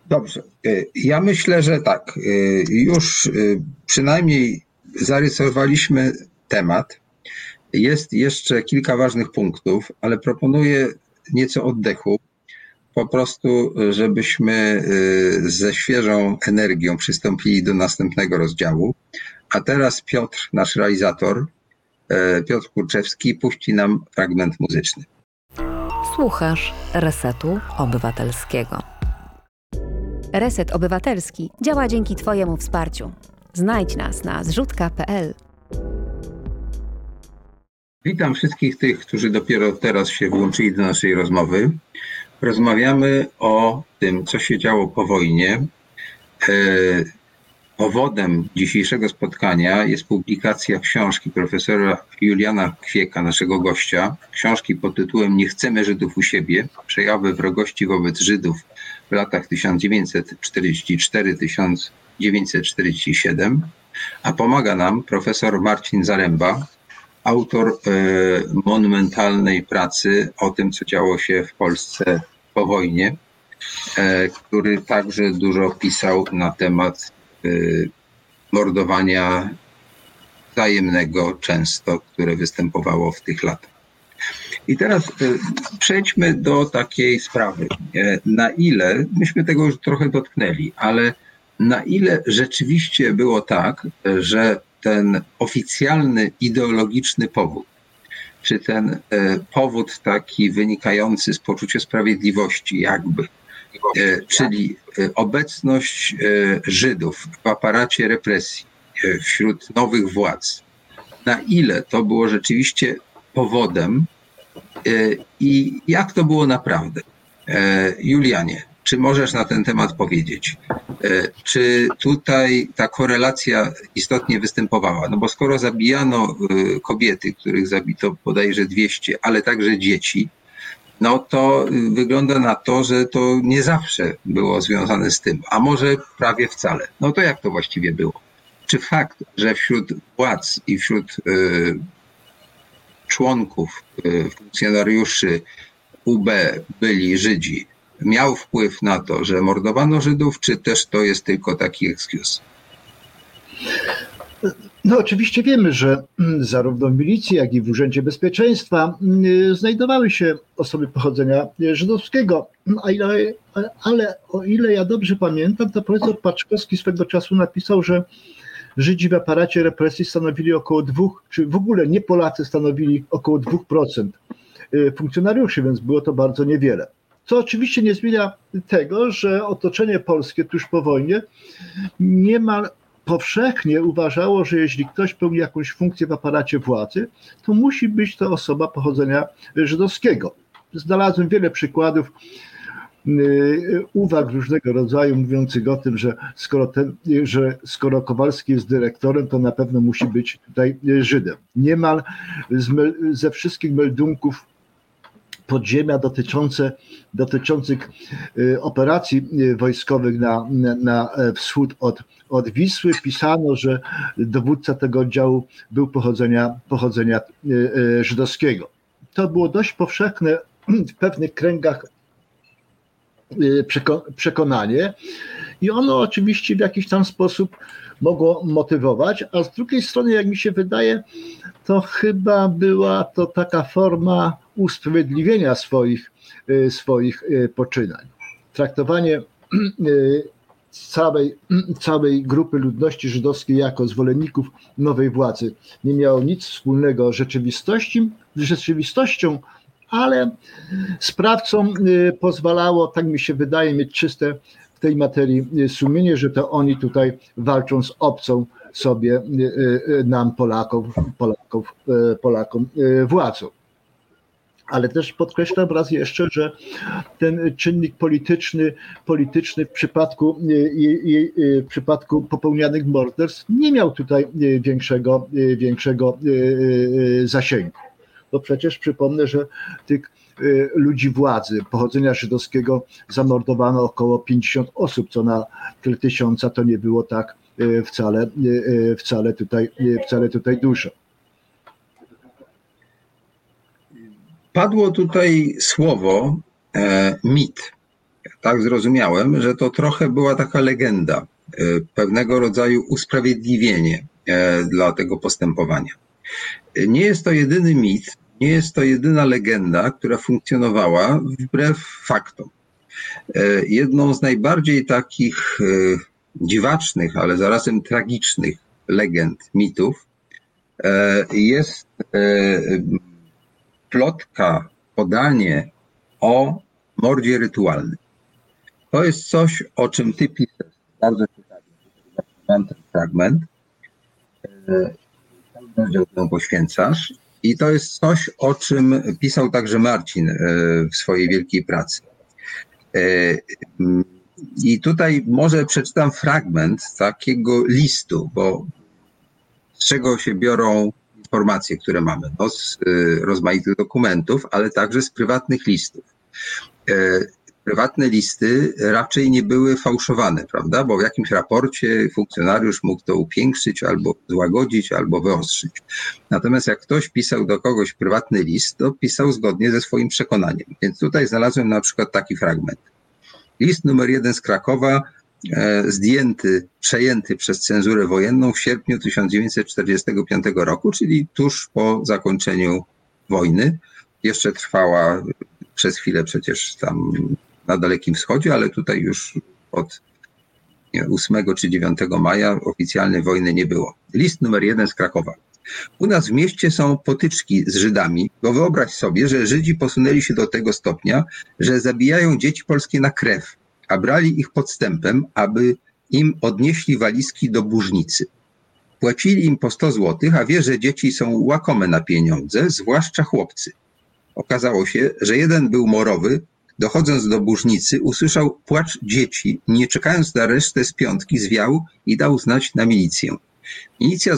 Dobrze. Ja myślę, że tak. Już przynajmniej zarysowaliśmy temat. Jest jeszcze kilka ważnych punktów, ale proponuję nieco oddechu. Po prostu, żebyśmy ze świeżą energią przystąpili do następnego rozdziału. A teraz Piotr, nasz realizator, Piotr Kurczewski, puści nam fragment muzyczny. Słuchasz Resetu Obywatelskiego. Reset Obywatelski działa dzięki Twojemu wsparciu. Znajdź nas na zrzutka kropka pe el. Witam wszystkich tych, którzy dopiero teraz się włączyli do naszej rozmowy. Rozmawiamy o tym, co się działo po wojnie. Powodem dzisiejszego spotkania jest publikacja książki profesora Juliana Kwieka, naszego gościa. Książki pod tytułem Nie chcemy Żydów u siebie. Przejawy wrogości wobec Żydów w latach tysiąc dziewięćset czterdziesty czwarty do tysiąc dziewięćset czterdziesty siódmy. A pomaga nam profesor Marcin Zaręba, autor e, monumentalnej pracy o tym, co działo się w Polsce po wojnie, e, który także dużo pisał na temat e, mordowania wzajemnego często, które występowało w tych latach. I teraz e, przejdźmy do takiej sprawy. E, na ile, myśmy tego już trochę dotknęli, ale na ile rzeczywiście było tak, że ten oficjalny, ideologiczny powód, czy ten powód taki wynikający z poczucia sprawiedliwości jakby, czyli obecność Żydów w aparacie represji wśród nowych władz, na ile to było rzeczywiście powodem i jak to było naprawdę? Julianie, czy możesz na ten temat powiedzieć? Czy tutaj ta korelacja istotnie występowała? No bo skoro zabijano kobiety, których zabito bodajże dwieście, ale także dzieci, no to wygląda na to, że to nie zawsze było związane z tym, a może prawie wcale. No to jak to właściwie było? Czy fakt, że wśród władz i wśród y, członków, y, funkcjonariuszy U B byli Żydzi, miał wpływ na to, że mordowano Żydów, czy też to jest tylko taki excuse? No oczywiście wiemy, że zarówno w milicji, jak i w Urzędzie Bezpieczeństwa znajdowały się osoby pochodzenia żydowskiego, ale, ale o ile ja dobrze pamiętam, to profesor Paczkowski swego czasu napisał, że Żydzi w aparacie represji stanowili około dwóch, czy w ogóle nie Polacy stanowili około dwóch procent funkcjonariuszy, więc było to bardzo niewiele. Co oczywiście nie zmienia tego, że otoczenie polskie tuż po wojnie niemal powszechnie uważało, że jeśli ktoś pełni jakąś funkcję w aparacie władzy, to musi być to osoba pochodzenia żydowskiego. Znalazłem wiele przykładów uwag różnego rodzaju mówiących o tym, że skoro, ten, że skoro Kowalski jest dyrektorem, to na pewno musi być tutaj Żydem. Niemal ze wszystkich meldunków podziemia dotyczące, dotyczących operacji wojskowych na, na, na wschód od, od Wisły pisano, że dowódca tego oddziału był pochodzenia, pochodzenia żydowskiego. To było dość powszechne w pewnych kręgach przekonanie i ono oczywiście w jakiś tam sposób mogło motywować, a z drugiej strony, jak mi się wydaje, to chyba była to taka forma usprawiedliwienia swoich, swoich poczynań. Traktowanie całej, całej grupy ludności żydowskiej jako zwolenników nowej władzy nie miało nic wspólnego z rzeczywistością, z rzeczywistością, ale sprawcom pozwalało, tak mi się wydaje, mieć czyste w tej materii sumienie, że to oni tutaj walczą z obcą sobie nam Polaków, Polaków, Polakom władzą. Ale też podkreślam raz jeszcze, że ten czynnik polityczny, polityczny w przypadku, w przypadku popełnianych morderstw nie miał tutaj większego, większego zasięgu. Bo przecież przypomnę, że tych ludzi władzy pochodzenia żydowskiego zamordowano około pięćdziesiąt osób, co na tyle tysiąca to nie było tak wcale, wcale, tutaj, wcale tutaj dużo. Padło tutaj słowo e, mit. tak zrozumiałem, że to trochę była taka legenda, pewnego rodzaju usprawiedliwienie dla tego postępowania. Nie jest to jedyny mit, nie jest to jedyna legenda, która funkcjonowała wbrew faktom. Jedną z najbardziej takich dziwacznych, ale zarazem tragicznych legend, mitów jest plotka, podanie o mordzie rytualnym. To jest coś, o czym ty piszesz bardzo ciekawie. Mam ten fragment. Ten rozdział temu poświęcasz. I to jest coś, o czym pisał także Marcin w swojej wielkiej pracy. I tutaj może przeczytam fragment takiego listu, bo z czego się biorą informacje, które mamy? No, z rozmaitych dokumentów, ale także z prywatnych listów. Prywatne listy raczej nie były fałszowane, prawda? Bo w jakimś raporcie funkcjonariusz mógł to upiększyć, albo złagodzić, albo wyostrzyć. Natomiast jak ktoś pisał do kogoś prywatny list, to pisał zgodnie ze swoim przekonaniem. Więc tutaj znalazłem na przykład taki fragment. List numer jeden z Krakowa, e, zdjęty, przejęty przez cenzurę wojenną w sierpniu tysiąc dziewięćset czterdziestego piątego roku, czyli tuż po zakończeniu wojny. Jeszcze trwała przez chwilę przecież tam na Dalekim Wschodzie, ale tutaj już od nie, ósmego czy dziewiątego maja oficjalnej wojny nie było. List numer jeden z Krakowa. U nas w mieście są potyczki z Żydami, bo wyobraź sobie, że Żydzi posunęli się do tego stopnia, że zabijają dzieci polskie na krew, a brali ich podstępem, aby im odnieśli walizki do Burznicy. Płacili im po sto złotych, a wie, że dzieci są łakome na pieniądze, zwłaszcza chłopcy. Okazało się, że jeden był morowy, dochodząc do Burznicy, usłyszał płacz dzieci, nie czekając na resztę z piątki, zwiał i dał znać na milicję. Milicja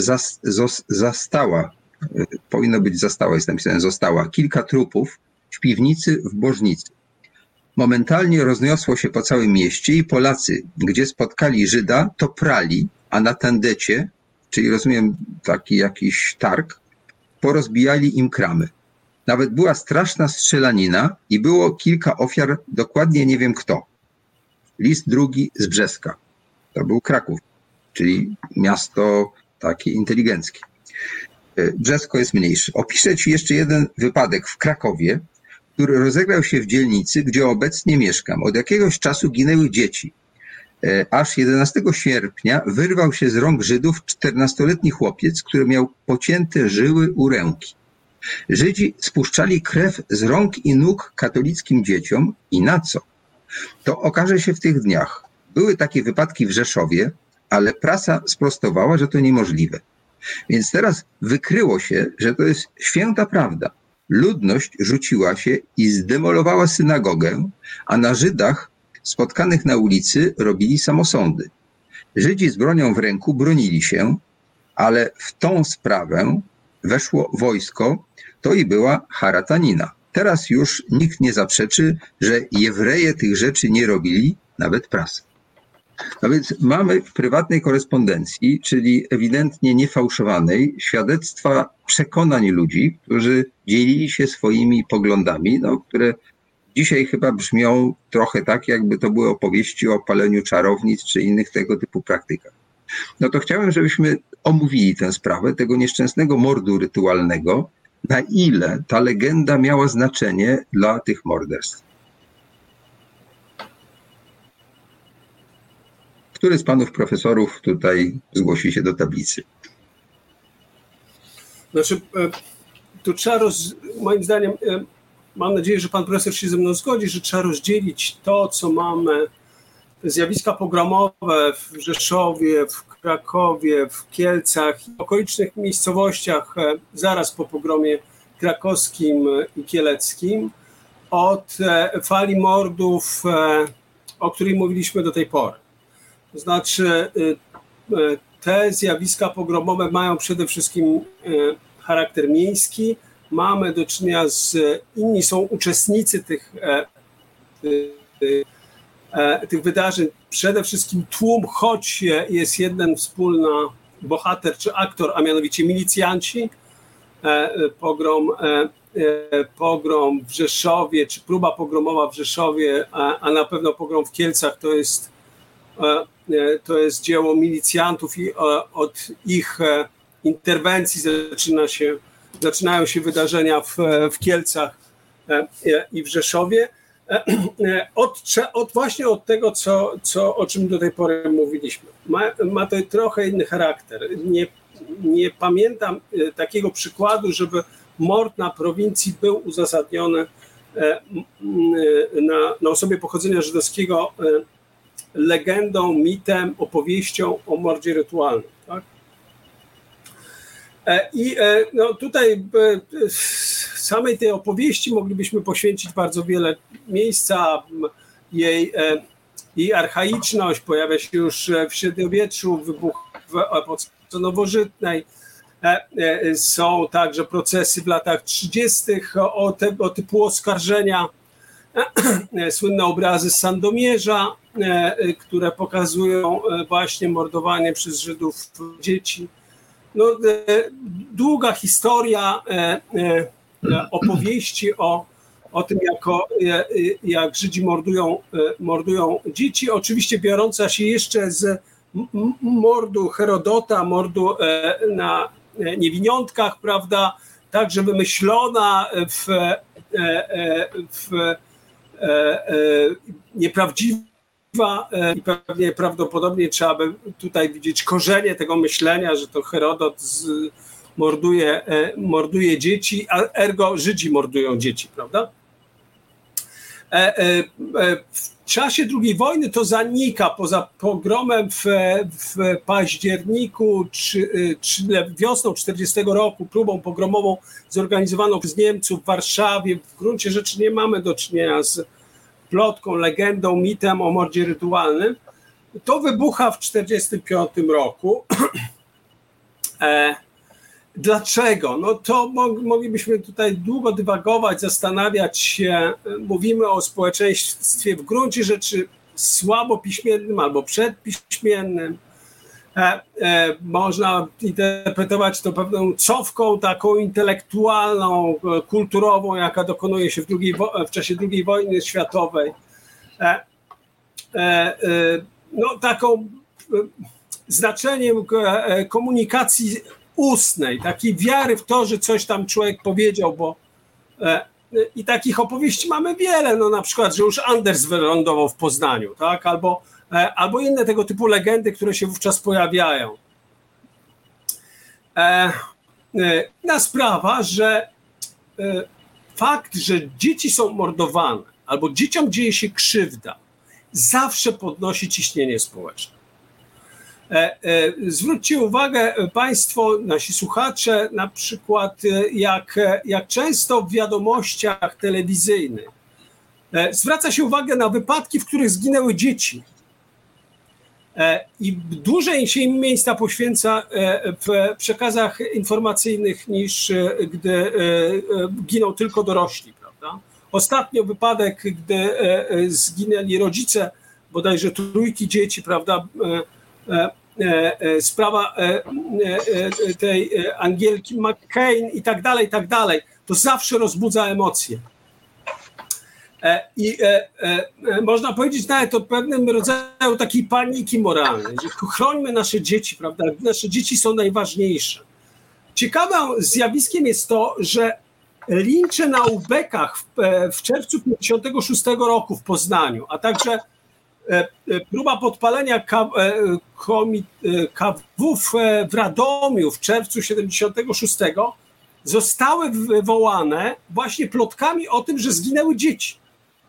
zastała, powinno być zastała, jest napisane została, kilka trupów w piwnicy w Bożnicy. Momentalnie rozniosło się po całym mieście i Polacy, gdzie spotkali Żyda, to prali, a na tandecie, czyli rozumiem taki jakiś targ, porozbijali im kramy. Nawet była straszna strzelanina i było kilka ofiar, dokładnie nie wiem kto. List drugi z Brzeska. To był Kraków, czyli miasto takie inteligenckie. Brzesko jest mniejsze. Opiszę ci jeszcze jeden wypadek w Krakowie, który rozegrał się w dzielnicy, gdzie obecnie mieszkam. Od jakiegoś czasu ginęły dzieci. Aż jedenastego sierpnia wyrwał się z rąk Żydów czternastoletni chłopiec, który miał pocięte żyły u ręki. Żydzi spuszczali krew z rąk i nóg katolickim dzieciom i na co? To okaże się w tych dniach. Były takie wypadki w Rzeszowie, ale prasa sprostowała, że to niemożliwe. Więc teraz wykryło się, że to jest święta prawda. Ludność rzuciła się i zdemolowała synagogę, a na Żydach spotkanych na ulicy robili samosądy. Żydzi z bronią w ręku bronili się, ale w tą sprawę weszło wojsko, to i była haratanina. Teraz już nikt nie zaprzeczy, że Jewreje tych rzeczy nie robili, nawet prasa. No więc mamy w prywatnej korespondencji, czyli ewidentnie niefałszowanej, świadectwa przekonań ludzi, którzy dzielili się swoimi poglądami, no, które dzisiaj chyba brzmią trochę tak, jakby to były opowieści o paleniu czarownic czy innych tego typu praktykach. No to chciałem, żebyśmy omówili tę sprawę tego nieszczęsnego mordu rytualnego, na ile ta legenda miała znaczenie dla tych morderstw. Który z panów profesorów tutaj zgłosi się do tablicy? Znaczy, tu trzeba, roz, moim zdaniem, mam nadzieję, że pan profesor się ze mną zgodzi, że trzeba rozdzielić to, co mamy, te zjawiska pogromowe w Rzeszowie, w Krakowie, w Kielcach i okolicznych miejscowościach zaraz po pogromie krakowskim i kieleckim, od fali mordów, o której mówiliśmy do tej pory. To znaczy, te zjawiska pogromowe mają przede wszystkim charakter miejski. Mamy do czynienia z, inni są uczestnicy tych, tych, tych wydarzeń, przede wszystkim tłum, choć jest jeden wspólny bohater czy aktor, a mianowicie milicjanci. Pogrom pogrom w Rzeszowie, czy próba pogromowa w Rzeszowie, a, a na pewno pogrom w Kielcach to jest, to jest dzieło milicjantów i od ich interwencji zaczyna się, zaczynają się wydarzenia w, w Kielcach i w Rzeszowie. Od, od właśnie od tego, co, co, o czym do tej pory mówiliśmy. Ma, ma to trochę inny charakter. Nie, nie pamiętam takiego przykładu, żeby mord na prowincji był uzasadniony na, na osobie pochodzenia żydowskiego legendą, mitem, opowieścią o mordzie rytualnym. Tak? I no, tutaj samej tej opowieści moglibyśmy poświęcić bardzo wiele miejsca. Jej, jej archaiczność pojawia się już w średniowieczu, wybuch w epoce nowożytnej. Są także procesy w latach trzydziestych o, te, o typu oskarżenia. Słynne obrazy z Sandomierza, które pokazują właśnie mordowanie przez Żydów dzieci. No, długa historia opowieści o, o tym, jako, jak Żydzi mordują, mordują dzieci, oczywiście biorąca się jeszcze z mordu Herodota, mordu na niewiniątkach, prawda, także wymyślona w, w, w nieprawdziwa i pewnie prawdopodobnie trzeba by tutaj widzieć korzenie tego myślenia, że to Herodot z, morduje, morduje dzieci, a ergo Żydzi mordują dzieci, prawda? W czasie drugiej wojny to zanika, poza pogromem w, w październiku czy, czy wiosną czterdziestego roku, próbą pogromową zorganizowaną przez Niemców w Warszawie. W gruncie rzeczy nie mamy do czynienia z plotką, legendą, mitem o mordzie rytualnym. To wybucha w czterdziestym piątym roku. E, dlaczego? No to moglibyśmy tutaj długo dywagować, zastanawiać się. Mówimy o społeczeństwie w gruncie rzeczy słabo piśmiennym albo przedpiśmiennym. E, e, można interpretować to pewną cofką taką intelektualną, kulturową, jaka dokonuje się w, drugiej, w czasie drugiej wojny światowej. E, e, e, no, taką e, znaczeniem e, komunikacji ustnej, takiej wiary w to, że coś tam człowiek powiedział, bo e, i takich opowieści mamy wiele, no na przykład, że już Anders wylądował w Poznaniu, tak, albo albo inne tego typu legendy, które się wówczas pojawiają. Inna sprawa, że fakt, że dzieci są mordowane albo dzieciom dzieje się krzywda, zawsze podnosi ciśnienie społeczne. Zwróćcie uwagę Państwo, nasi słuchacze, na przykład jak, jak często w wiadomościach telewizyjnych zwraca się uwagę na wypadki, w których zginęły dzieci. I dłużej się im miejsca poświęca w przekazach informacyjnych, niż gdy giną tylko dorośli, prawda? Ostatnio wypadek, gdy zginęli rodzice bodajże trójki dzieci, prawda? Sprawa tej Angielki McCain i tak dalej, i tak dalej. To zawsze rozbudza emocje. I e, e, można powiedzieć nawet o pewnym rodzaju takiej paniki moralnej, że chrońmy nasze dzieci, prawda? Nasze dzieci są najważniejsze. Ciekawym zjawiskiem jest to, że lincze na ubekach w, w czerwcu pięćdziesiątego szóstego roku w Poznaniu, a także e, próba podpalenia ka, e, komi, e, kawów w Radomiu w czerwcu siedemdziesiątego szóstego zostały wywołane właśnie plotkami o tym, że zginęły dzieci.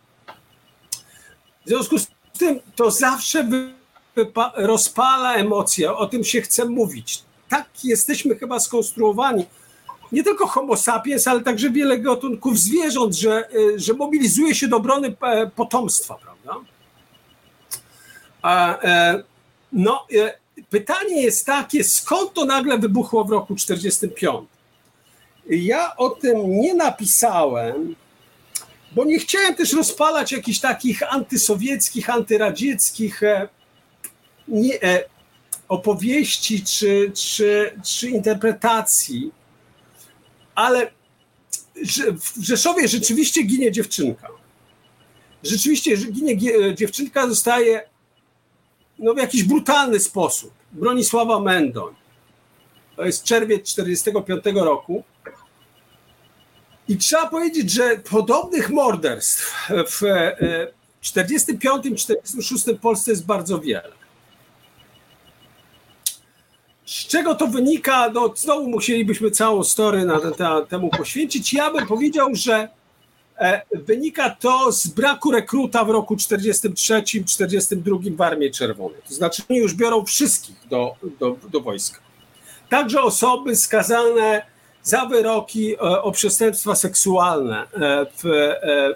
W związku z tym to zawsze wypa- rozpala emocje, o tym się chce mówić. Tak jesteśmy chyba skonstruowani, nie tylko homo sapiens, ale także wiele gatunków zwierząt, że, że mobilizuje się do obrony potomstwa, prawda? A, no, pytanie jest takie, skąd to nagle wybuchło w roku czterdziestym piątym? Ja o tym nie napisałem, bo nie chciałem też rozpalać jakichś takich antysowieckich, antyradzieckich e, nie, e, opowieści czy, czy, czy interpretacji, ale że w Rzeszowie rzeczywiście ginie dziewczynka. Rzeczywiście ginie dziewczynka, zostaje no, w jakiś brutalny sposób. Bronisława Mendoń. To jest czerwiec czterdziestego piątego roku. I trzeba powiedzieć, że podobnych morderstw w czterdziestym piątym czterdziestym szóstym w Polsce jest bardzo wiele. Z czego to wynika? No, znowu musielibyśmy całą story na ten temat temu poświęcić. Ja bym powiedział, że wynika to z braku rekruta w roku czterdziestym trzecim czterdziestym drugim w Armii Czerwonej. To znaczy oni już biorą wszystkich do, do, do wojska. Także osoby skazane za wyroki o przestępstwa seksualne. W,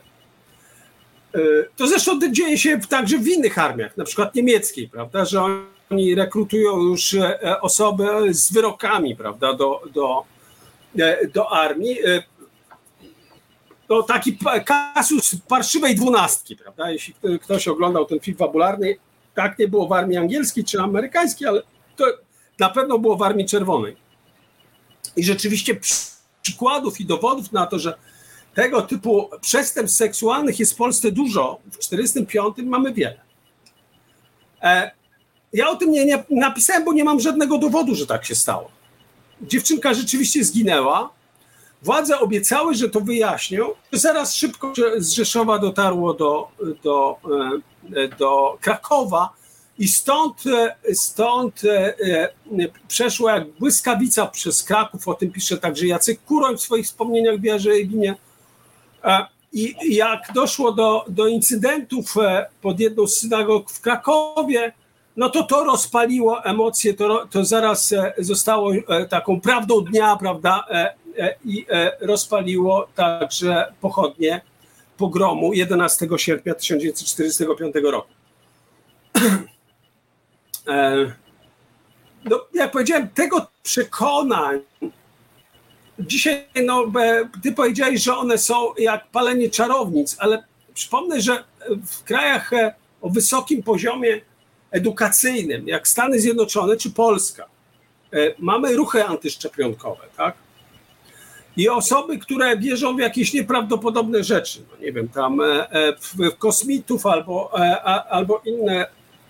to zresztą dzieje się także w innych armiach, na przykład niemieckiej, prawda, że oni rekrutują już osoby z wyrokami, prawda, do, do, do armii. To taki kasus parszywej dwunastki, prawda, jeśli ktoś oglądał ten film fabularny, tak nie było w armii angielskiej czy amerykańskiej, ale to na pewno było w Armii Czerwonej. I rzeczywiście przykładów i dowodów na to, że tego typu przestępstw seksualnych jest w Polsce dużo, w czterdziestym piątym mamy wiele. Ja o tym nie, nie napisałem, bo nie mam żadnego dowodu, że tak się stało. Dziewczynka rzeczywiście zginęła. Władze obiecały, że to wyjaśnią. Zaraz szybko z Rzeszowa dotarło do, do, do Krakowa i stąd, stąd przeszło jak błyskawica przez Kraków. O tym pisze także Jacek Kuroń w swoich wspomnieniach w Biarzej Ginie. I jak doszło do, do incydentów pod jedną z synagog w Krakowie, no to to rozpaliło emocje, to, to zaraz zostało taką prawdą dnia, prawda, i rozpaliło także pochodnie pogromu jedenastego sierpnia tysiąc dziewięćset czterdziestego piątego roku. No, jak powiedziałem, tego przekonań dzisiaj, no, ty powiedziałeś, że one są jak palenie czarownic, ale przypomnę, że w krajach o wysokim poziomie edukacyjnym, jak Stany Zjednoczone czy Polska, mamy ruchy antyszczepionkowe, tak? I osoby, które wierzą w jakieś nieprawdopodobne rzeczy, no nie wiem, tam w kosmitów albo, albo inne,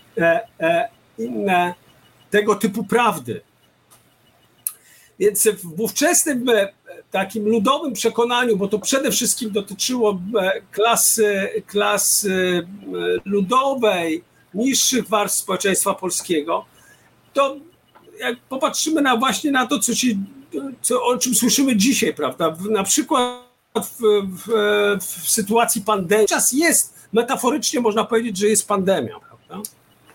inne tego typu prawdy. Więc w ówczesnym takim ludowym przekonaniu, bo to przede wszystkim dotyczyło klasy, klasy ludowej, niższych warstw społeczeństwa polskiego, to jak popatrzymy na właśnie na to, co się, co, o czym słyszymy dzisiaj, prawda? Na przykład w, w, w sytuacji pandemii. Czas jest, metaforycznie można powiedzieć, że jest pandemia, prawda?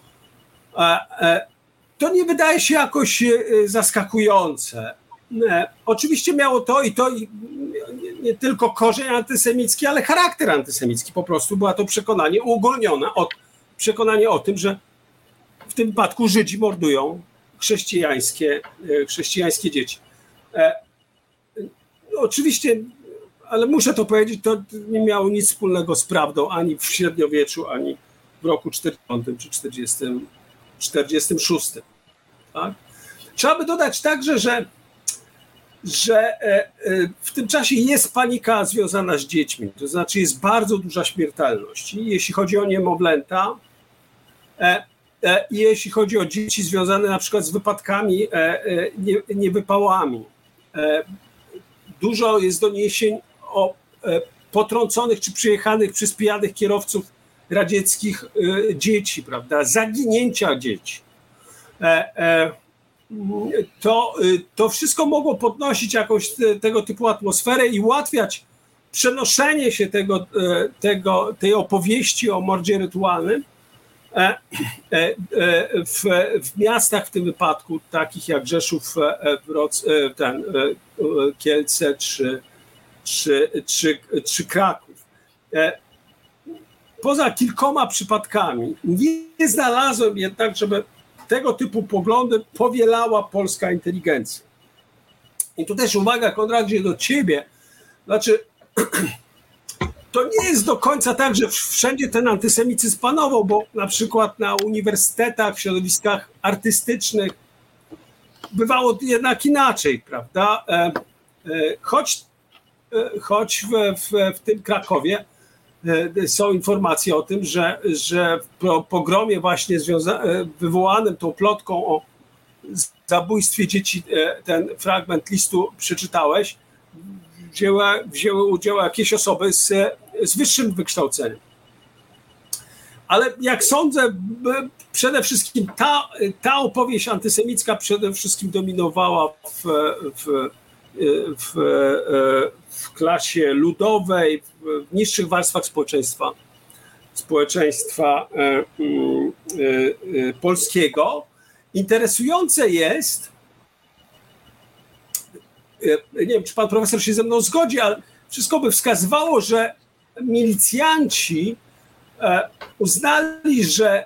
To nie wydaje się jakoś zaskakujące. Oczywiście miało to i to i nie, nie tylko korzeń antysemicki, ale charakter antysemicki. Po prostu była to przekonanie uogólnione, od, przekonanie o tym, że w tym wypadku Żydzi mordują chrześcijańskie, chrześcijańskie dzieci. E, oczywiście, ale muszę to powiedzieć, to nie miało nic wspólnego z prawdą ani w średniowieczu, ani w roku czterdziestym czy czterdziestym, czterdziestym szóstym. Tak? Trzeba by dodać także, że, że w tym czasie jest panika związana z dziećmi, to znaczy jest bardzo duża śmiertelność. I jeśli chodzi o niemowlęta, i jeśli chodzi o dzieci związane na przykład z wypadkami, niewypałami. Dużo jest doniesień o potrąconych czy przyjechanych przez pijanych kierowców radzieckich dzieci, prawda, zaginięcia dzieci. To, to wszystko mogło podnosić jakąś tego typu atmosferę i ułatwiać przenoszenie się tego, tego, tej opowieści o mordzie rytualnym w, w miastach w tym wypadku, takich jak Rzeszów, Wroc, ten, Kielce czy, czy, czy, czy Kraków. Poza kilkoma przypadkami nie znalazłem jednak, żeby tego typu poglądy powielała polska inteligencja. I tu też uwaga, Konradzie, do ciebie. Znaczy, to nie jest do końca tak, że wszędzie ten antysemityzm panował, bo na przykład na uniwersytetach, w środowiskach artystycznych bywało jednak inaczej, prawda? Choć choć w, w, w tym Krakowie są informacje o tym, że, że w pogromie właśnie związa- wywołanym tą plotką o zabójstwie dzieci, ten fragment listu przeczytałeś, wzięły, wzięły udział jakieś osoby z, z wyższym wykształceniem. Ale jak sądzę, przede wszystkim ta, ta opowieść antysemicka przede wszystkim dominowała w, w, w, w klasie ludowej, w niższych warstwach społeczeństwa, społeczeństwa polskiego. Interesujące jest, nie wiem, czy pan profesor się ze mną zgodzi, ale wszystko by wskazywało, że milicjanci uznali, że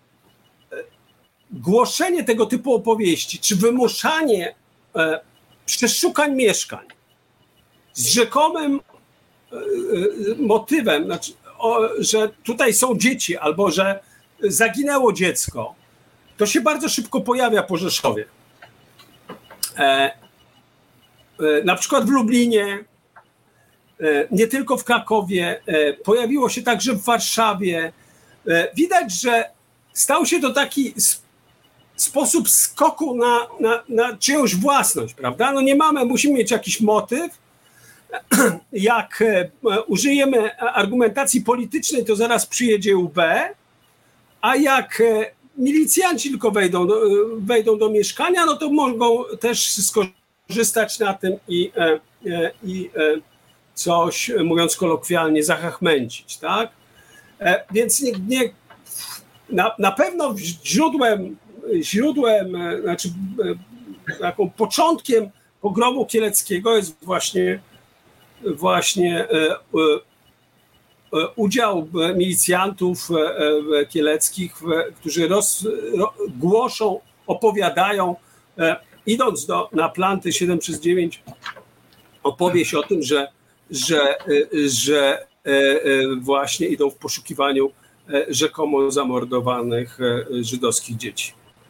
głoszenie tego typu opowieści, czy wymuszanie przeszukań mieszkań z rzekomym motywem, znaczy, o, że tutaj są dzieci albo że zaginęło dziecko, to się bardzo szybko pojawia po Rzeszowie. E, e, na przykład w Lublinie, e, nie tylko w Krakowie, e, pojawiło się także w Warszawie. E, widać, że stał się to taki sp- sposób skoku na, na, na czyjąś własność, prawda? No nie mamy, musimy mieć jakiś motyw. Jak e, użyjemy argumentacji politycznej, to zaraz przyjedzie U B, a jak e, milicjanci tylko wejdą do, wejdą do mieszkania, no to mogą też skorzystać na tym i, i coś, mówiąc kolokwialnie, zachachmęcić, tak? Więc nie, nie, na, na pewno źródłem, źródłem, znaczy taką początkiem pogromu kieleckiego jest właśnie, właśnie udział milicjantów kieleckich, którzy roz, ro, głoszą, opowiadają, idąc do, na planty siedem przez dziewięć, opowieść o tym, że, że, że właśnie idą w poszukiwaniu rzekomo zamordowanych żydowskich dzieci.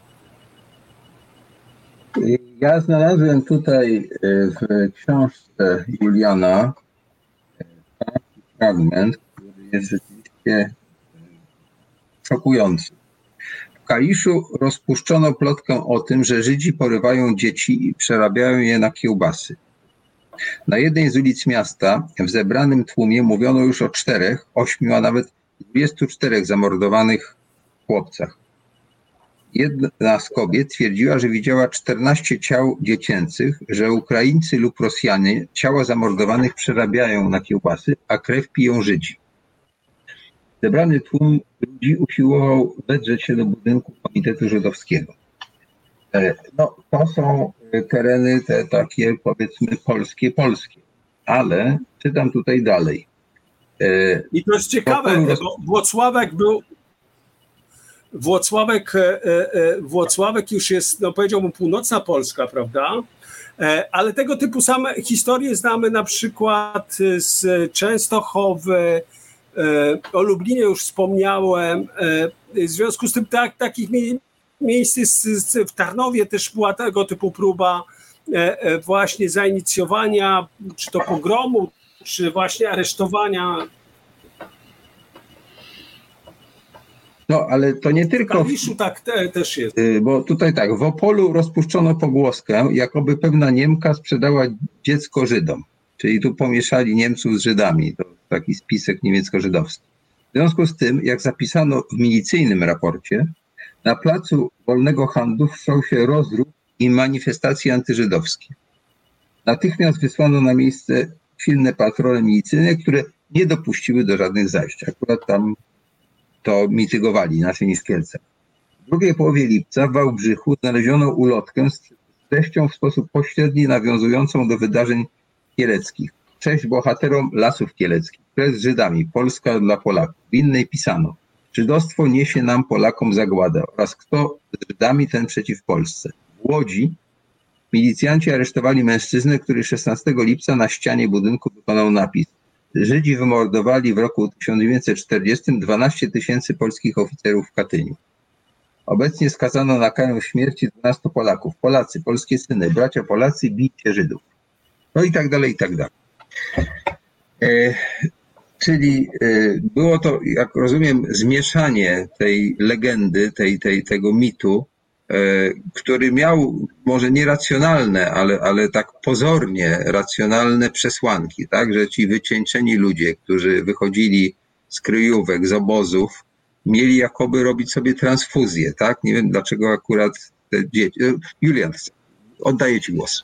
Ja znalazłem tutaj w książce Juliana fragment, który jest rzeczywiście szokujący. W Kaliszu rozpuszczono plotkę o tym, że Żydzi porywają dzieci i przerabiają je na kiełbasy. Na jednej z ulic miasta w zebranym tłumie mówiono już o czterech, ośmiu, a nawet dwudziestu czterech zamordowanych chłopcach. Jedna z kobiet twierdziła, że widziała czternaście ciał dziecięcych, że Ukraińcy lub Rosjanie ciała zamordowanych przerabiają na kiełbasy, a krew piją Żydzi. Zebrany tłum ludzi usiłował wedrzeć się do budynku Komitetu Żydowskiego. No, to są tereny te takie, powiedzmy, polskie, polskie. Ale czytam tutaj dalej. I to jest ciekawe, bo Włocławek był Włocławek, Włocławek już jest, no powiedziałbym, północna Polska, prawda? Ale tego typu same historie znamy na przykład z Częstochowy, o Lublinie już wspomniałem. W związku z tym tak, takich miejsc jest, w Tarnowie też była tego typu próba właśnie zainicjowania, czy to pogromu, czy właśnie aresztowania. No, ale to nie tylko... W Kaliszu tak te, też jest. Bo tutaj tak, w Opolu rozpuszczono pogłoskę, jakoby pewna Niemka sprzedała dziecko Żydom. Czyli tu pomieszali Niemców z Żydami. To taki spisek niemiecko-żydowski. W związku z tym, jak zapisano w milicyjnym raporcie, na placu wolnego handlu wszczął się rozruch i manifestacje antyżydowskie. Natychmiast wysłano na miejsce silne patrole milicyjne, które nie dopuściły do żadnych zajść. Akurat tam to mitygowali, inaczej niż w Kielcach. W drugiej połowie lipca w Wałbrzychu znaleziono ulotkę z treścią w sposób pośredni nawiązującą do wydarzeń kieleckich. Cześć bohaterom Lasów Kieleckich. Kres z Żydami. Polska dla Polaków. W innej pisano: żydostwo niesie nam, Polakom, zagładę oraz kto z Żydami, ten przeciw Polsce. W Łodzi milicjanci aresztowali mężczyznę, który szesnastego lipca na ścianie budynku wykonał napis: Żydzi wymordowali w roku tysiąc dziewięćset czterdziestym dwanaście tysięcy polskich oficerów w Katyniu. Obecnie skazano na karę śmierci dwunastu Polaków. Polacy, polskie syny, bracia Polacy, bijcie Żydów. No i tak dalej, i tak dalej. Czyli było to, jak rozumiem, zmieszanie tej legendy, tej, tej, tego mitu, który miał może nieracjonalne, ale, ale tak pozornie racjonalne przesłanki, tak, że ci wycieńczeni ludzie, którzy wychodzili z kryjówek, z obozów, mieli jakoby robić sobie transfuzję, tak? Nie wiem, dlaczego akurat te dzieci... Julian, oddaję ci głos.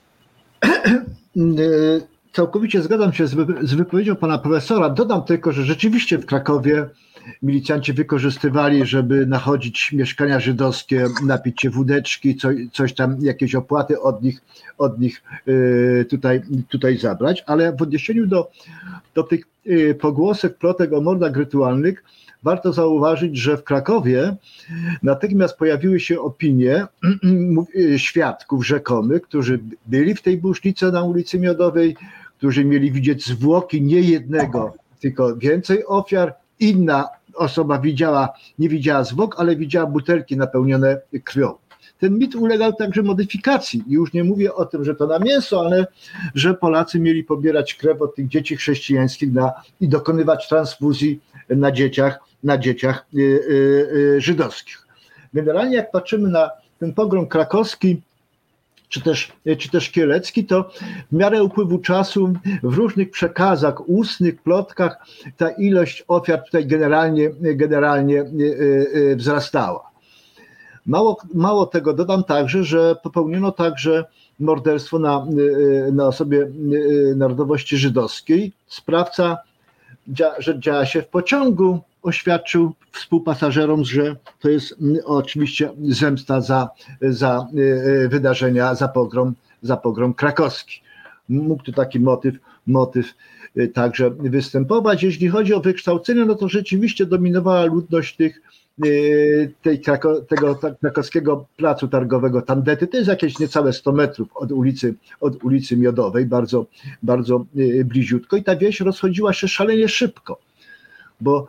Całkowicie zgadzam się z, wy, z wypowiedzią pana profesora. Dodam tylko, że rzeczywiście w Krakowie milicjanci wykorzystywali, żeby nachodzić mieszkania żydowskie, napić się wódeczki, co, coś tam, jakieś opłaty od nich, od nich yy, tutaj, tutaj zabrać, ale w odniesieniu do, do tych yy, pogłosek, plotek o mordach rytualnych warto zauważyć, że w Krakowie natychmiast pojawiły się opinie świadków rzekomych, którzy byli w tej busznicy na ulicy Miodowej, którzy mieli widzieć zwłoki nie jednego, tylko więcej ofiar. Inna osoba widziała, nie widziała zwłok, ale widziała butelki napełnione krwią. Ten mit ulegał także modyfikacji. I już nie mówię o tym, że to na mięso, ale że Polacy mieli pobierać krew od tych dzieci chrześcijańskich na, i dokonywać transfuzji na dzieciach, na dzieciach y, y, y, żydowskich. Generalnie jak patrzymy na ten pogrom krakowski, czy też, czy też kielecki, to w miarę upływu czasu w różnych przekazach ustnych, plotkach ta ilość ofiar tutaj generalnie, generalnie wzrastała. Mało, mało tego, dodam także, że popełniono także morderstwo na, na osobie narodowości żydowskiej. Sprawca, że działa się w pociągu, oświadczył współpasażerom, że to jest oczywiście zemsta za, za wydarzenia, za pogrom, za pogrom krakowski. Mógł tu taki motyw, motyw także występować. Jeśli chodzi o wykształcenie, no to rzeczywiście dominowała ludność tych, tej krako, tego krakowskiego placu targowego Tandety. To jest jakieś niecałe sto metrów od ulicy, od ulicy Miodowej, bardzo, bardzo bliziutko i ta wieś rozchodziła się szalenie szybko. Bo,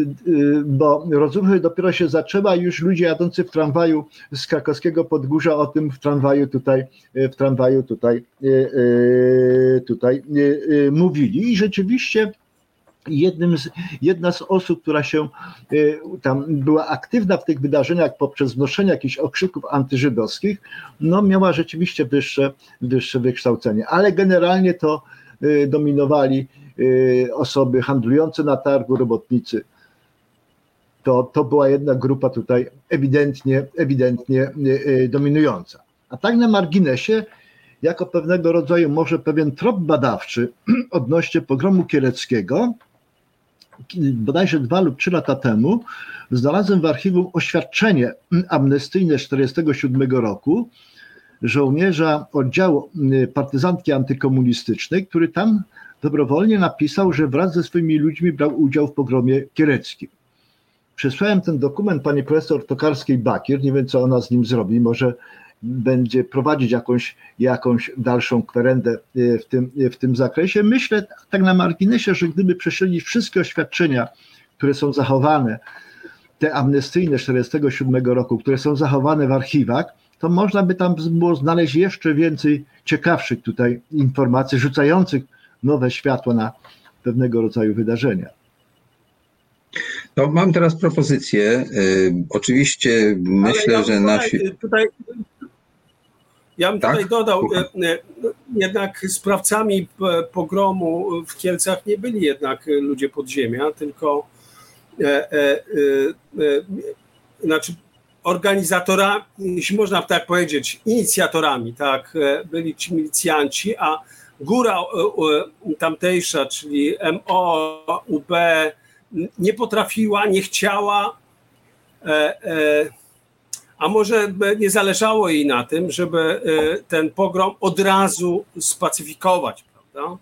bo rozruchy dopiero się zaczęła, już ludzie jadący w tramwaju z krakowskiego Podgórza o tym w tramwaju tutaj, w tramwaju tutaj, tutaj mówili i rzeczywiście jednym z, jedna z osób, która się tam była aktywna w tych wydarzeniach poprzez wnoszenie jakichś okrzyków antyżydowskich, no miała rzeczywiście wyższe, wyższe wykształcenie, ale generalnie to dominowali osoby handlujące na targu, robotnicy. To, to była jedna grupa tutaj ewidentnie, ewidentnie dominująca. A tak na marginesie, jako pewnego rodzaju może pewien trop badawczy odnośnie pogromu kieleckiego, bodajże dwa lub trzy lata temu znalazłem w archiwum oświadczenie amnestyjne z tysiąc dziewięćset czterdziestego siódmego roku żołnierza oddziału partyzantki antykomunistycznej, który tam dobrowolnie napisał, że wraz ze swoimi ludźmi brał udział w pogromie kieleckim. Przesłałem ten dokument pani profesor Tokarskiej-Bakier, nie wiem co ona z nim zrobi, może będzie prowadzić jakąś, jakąś dalszą kwerendę w tym, w tym zakresie. Myślę tak na marginesie, że gdyby prześledzić wszystkie oświadczenia, które są zachowane, te amnestyjne z tysiąc dziewięćset czterdziestego siódmego roku, które są zachowane w archiwach, to można by tam było znaleźć jeszcze więcej ciekawszych tutaj informacji, rzucających nowe światło na pewnego rodzaju wydarzenia. No, mam teraz propozycję. Oczywiście myślę, ja że tutaj, nasi... Tutaj, ja bym tak? tutaj dodał, jednak sprawcami pogromu w Kielcach nie byli jednak ludzie podziemia, tylko e, e, e, znaczy organizatorami, jeśli można tak powiedzieć, inicjatorami, tak, byli ci milicjanci, a góra tamtejsza, czyli M O, U B, nie potrafiła, nie chciała, a może nie zależało jej na tym, żeby ten pogrom od razu spacyfikować, prawda?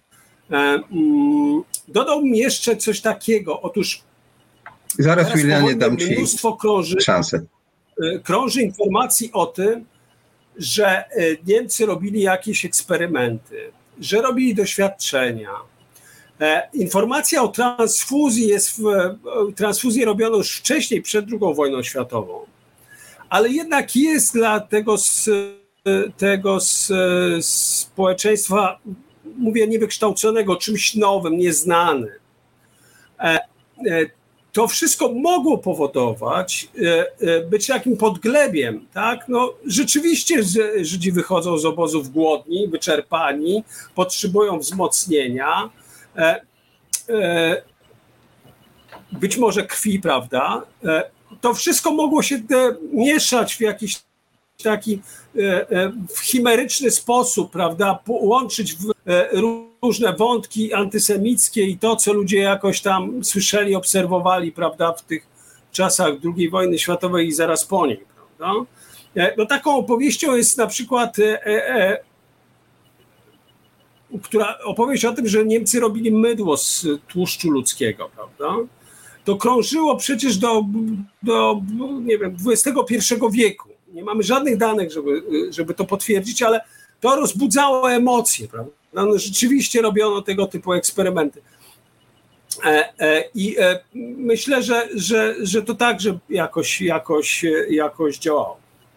Dodałbym jeszcze coś takiego. Otóż zaraz Julianie dam ci mnóstwo krąży, szansę. Krąży informacji o tym, że Niemcy robili jakieś eksperymenty, że robili doświadczenia. Informacja o transfuzji jest w, transfuzję robiono już wcześniej, przed drugą wojną światową, ale jednak jest dla tego, tego społeczeństwa mówię niewykształconego, czymś nowym, nieznanym. To wszystko mogło powodować, być takim podglebiem, tak? No, rzeczywiście Żydzi wychodzą z obozów głodni, wyczerpani, potrzebują wzmocnienia, być może krwi, prawda? To wszystko mogło się mieszać w jakiś taki w chimeryczny sposób, prawda? Łączyć w różne wątki antysemickie i to, co ludzie jakoś tam słyszeli, obserwowali, prawda, w tych czasach drugiej wojny światowej i zaraz po niej, prawda? No taką opowieścią jest na przykład e, e, która opowieść o tym, że Niemcy robili mydło z tłuszczu ludzkiego, prawda? To krążyło przecież do, do nie wiem, dwudziestego pierwszego wieku. Nie mamy żadnych danych, żeby, żeby to potwierdzić, ale to rozbudzało emocje, prawda? No, rzeczywiście robiono tego typu eksperymenty. E, e, I e, myślę, że, że, że to także jakoś, jakoś, jakoś działało.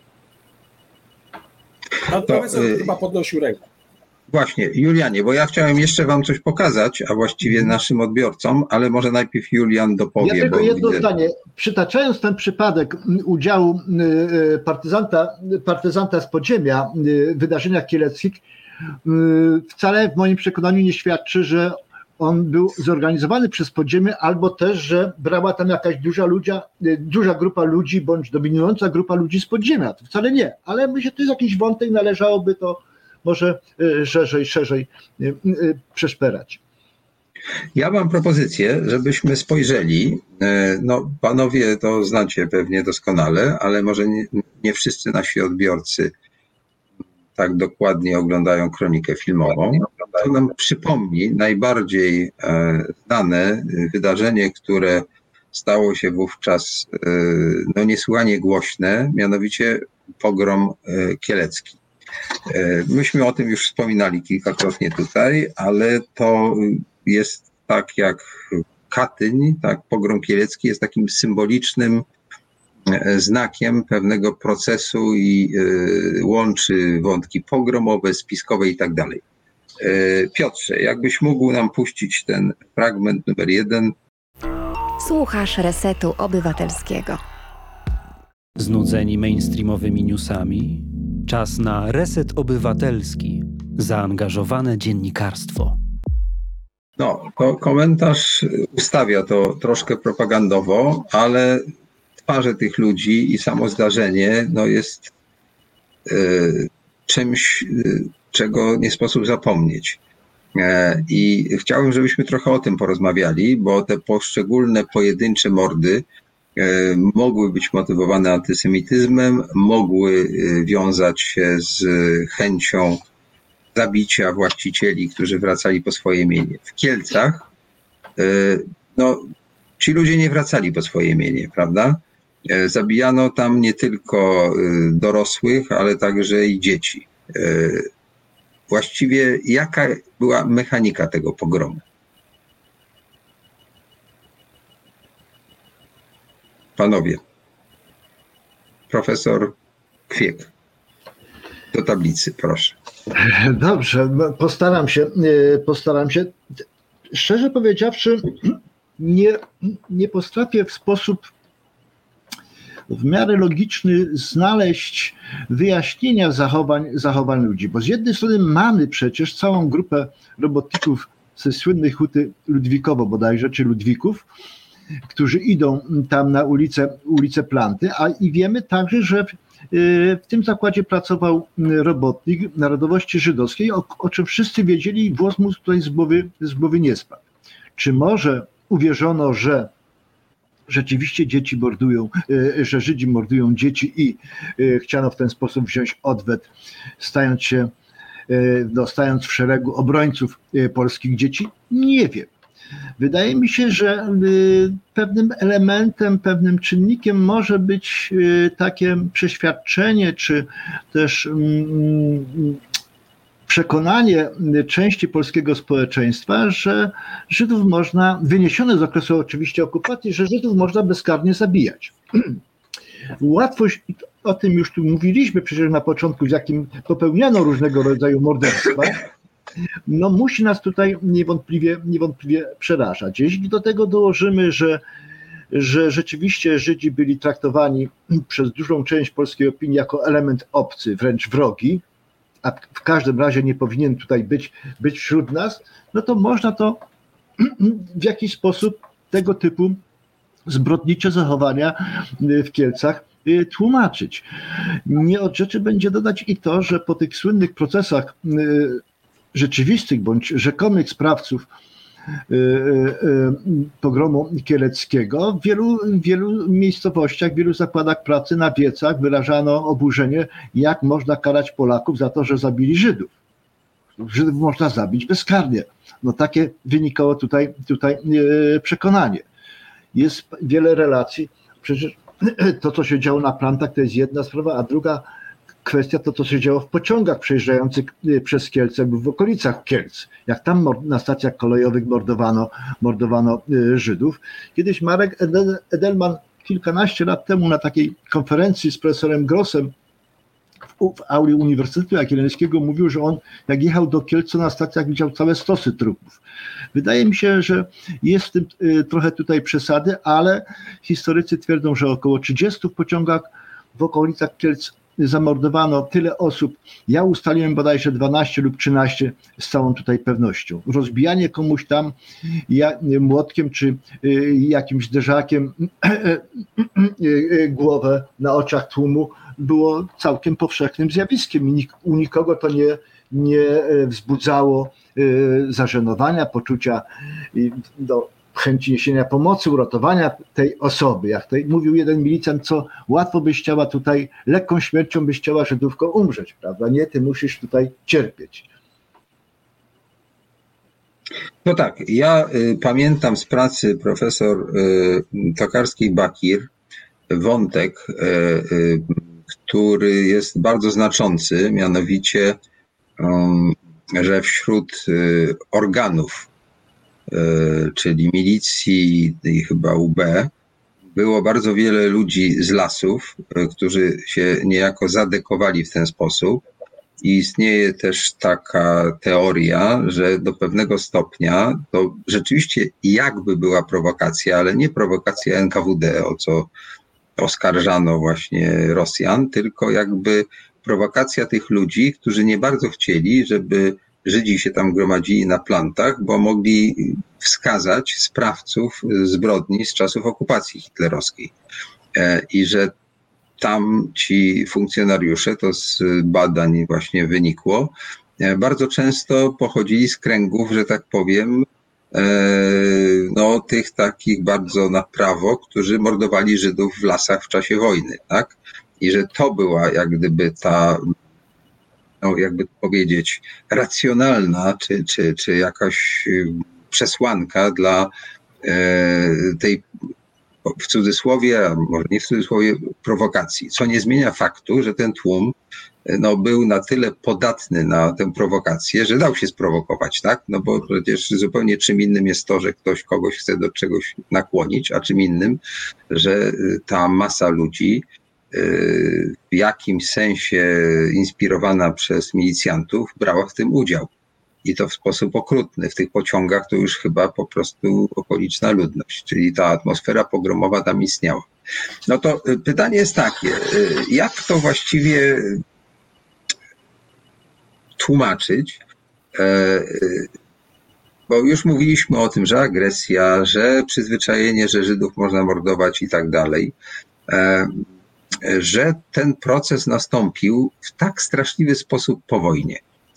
Pan profesor y- chyba podnosił rękę. Właśnie, Julianie, bo ja chciałem jeszcze wam coś pokazać, a właściwie naszym odbiorcom, ale może najpierw Julian dopowie. Ja tylko bo jedno widzę... zdanie. Przytaczając ten przypadek udziału partyzanta, partyzanta z podziemia w wydarzeniach kieleckich, wcale w moim przekonaniu nie świadczy, że on był zorganizowany przez podziemie, albo też, że brała tam jakaś duża, ludzia, duża grupa ludzi, bądź dominująca grupa ludzi z podziemia. To wcale nie, ale myślę, że to jest jakiś wątek, należałoby to może szerzej, szerzej przeszperać. Ja mam propozycję, żebyśmy spojrzeli, no panowie to znacie pewnie doskonale, ale może nie, nie wszyscy nasi odbiorcy tak dokładnie oglądają kronikę filmową. To nam przypomni najbardziej znane wydarzenie, które stało się wówczas no, niesłychanie głośne, mianowicie pogrom kielecki. Myśmy o tym już wspominali kilkakrotnie tutaj, ale to jest tak jak Katyń, tak pogrom kielecki jest takim symbolicznym znakiem pewnego procesu i łączy wątki pogromowe, spiskowe i tak dalej. Piotrze, jakbyś mógł nam puścić ten fragment numer jeden. Słuchasz Resetu Obywatelskiego. Znudzeni mainstreamowymi newsami? Czas na Reset Obywatelski. Zaangażowane dziennikarstwo. No, to komentarz ustawia to troszkę propagandowo, ale twarze tych ludzi i samo zdarzenie no jest y, czymś, y, czego nie sposób zapomnieć. E, I chciałbym, żebyśmy trochę o tym porozmawiali, bo te poszczególne pojedyncze mordy e, mogły być motywowane antysemityzmem, mogły y, wiązać się z chęcią zabicia właścicieli, którzy wracali po swoje mienie. W Kielcach y, no, ci ludzie nie wracali po swoje mienie, prawda? Zabijano tam nie tylko dorosłych, ale także i dzieci. Właściwie jaka była mechanika tego pogromu? Panowie, profesor Kwiek, do tablicy, proszę. Dobrze, postaram się, postaram się. Szczerze powiedziawszy, nie, nie potrafię w sposób w miarę logiczny znaleźć wyjaśnienia zachowań, zachowań ludzi, bo z jednej strony mamy przecież całą grupę robotników ze słynnej huty Ludwikowo bodajże, czy Ludwików, którzy idą tam na ulicę, ulicę Planty, a i wiemy także, że w tym zakładzie pracował robotnik narodowości żydowskiej, o, o czym wszyscy wiedzieli, włos mu tutaj z głowy, z głowy nie spadł. Czy może uwierzono, że rzeczywiście dzieci mordują, że Żydzi mordują dzieci i chciano w ten sposób wziąć odwet, stając się, no, stając w szeregu obrońców polskich dzieci? Nie wiem. Wydaje mi się, że pewnym elementem, pewnym czynnikiem może być takie przeświadczenie, czy też przekonanie części polskiego społeczeństwa, że Żydów można, wyniesione z okresu oczywiście okupacji, że Żydów można bezkarnie zabijać. Łatwość, o tym już tu mówiliśmy przecież na początku, z jakim popełniano różnego rodzaju morderstwa, no musi nas tutaj niewątpliwie, niewątpliwie przerażać. Jeśli do tego dołożymy, że, że rzeczywiście Żydzi byli traktowani przez dużą część polskiej opinii jako element obcy, wręcz wrogi, a w każdym razie nie powinien tutaj być, być wśród nas, no to można to w jakiś sposób tego typu zbrodnicze zachowania w Kielcach tłumaczyć. Nie od rzeczy będzie dodać i to, że po tych słynnych procesach rzeczywistych bądź rzekomych sprawców pogromu kieleckiego w wielu, wielu miejscowościach, w wielu zakładach pracy na wiecach wyrażano oburzenie, jak można karać Polaków za to, że zabili Żydów. Żydów można zabić bezkarnie. No takie wynikało tutaj, tutaj przekonanie. Jest wiele relacji. Przecież to, co się działo na plantach, to jest jedna sprawa, a druga kwestia to, co się działo w pociągach przejeżdżających przez Kielce lub w okolicach Kielc. Jak tam na stacjach kolejowych mordowano, mordowano Żydów. Kiedyś Marek Edelman kilkanaście lat temu na takiej konferencji z profesorem Grossem w auli Uniwersytetu Jagiellońskiego mówił, że on jak jechał do Kielc, na stacjach widział całe stosy trupów. Wydaje mi się, że jest w tym trochę tutaj przesady, ale historycy twierdzą, że około trzydziestu w pociągach w okolicach Kielc zamordowano tyle osób. Ja ustaliłem bodajże dwanaście lub trzynaście z całą tutaj pewnością. Rozbijanie komuś tam młotkiem czy jakimś zderzakiem głowę na oczach tłumu było całkiem powszechnym zjawiskiem i u nikogo to nie, nie wzbudzało zażenowania, poczucia do chęci niesienia pomocy, uratowania tej osoby. Jak tutaj mówił jeden milicjant, co łatwo byś chciała tutaj, lekką śmiercią byś chciała Żydówko umrzeć, prawda? Nie, ty musisz tutaj cierpieć. No tak, ja y, pamiętam z pracy profesor y, Tokarskiej-Bakir wątek, y, y, który jest bardzo znaczący, mianowicie, y, że wśród y, organów, czyli milicji i chyba U B, było bardzo wiele ludzi z lasów, którzy się niejako zadekowali w ten sposób. I istnieje też taka teoria, że do pewnego stopnia to rzeczywiście jakby była prowokacja, ale nie prowokacja N K W D, o co oskarżano właśnie Rosjan, tylko jakby prowokacja tych ludzi, którzy nie bardzo chcieli, żeby Żydzi się tam gromadzili na plantach, bo mogli wskazać sprawców zbrodni z czasów okupacji hitlerowskiej. I że tam ci funkcjonariusze, to z badań właśnie wynikło, bardzo często pochodzili z kręgów, że tak powiem, no tych takich bardzo na prawo, którzy mordowali Żydów w lasach w czasie wojny, tak? I że to była jak gdyby ta, no jakby to powiedzieć, racjonalna, czy, czy, czy jakaś przesłanka dla tej, w cudzysłowie, a może nie w cudzysłowie, prowokacji. Co nie zmienia faktu, że ten tłum no, był na tyle podatny na tę prowokację, że dał się sprowokować, tak? No bo przecież zupełnie czym innym jest to, że ktoś kogoś chce do czegoś nakłonić, a czym innym, że ta masa ludzi w jakimś sensie inspirowana przez milicjantów brała w tym udział. I to w sposób okrutny. W tych pociągach to już chyba po prostu okoliczna ludność, czyli ta atmosfera pogromowa tam istniała. No to pytanie jest takie, jak to właściwie tłumaczyć? Bo już mówiliśmy o tym, że agresja, że przyzwyczajenie, że Żydów można mordować i tak dalej, że ten proces nastąpił w tak straszliwy sposób po wojnie.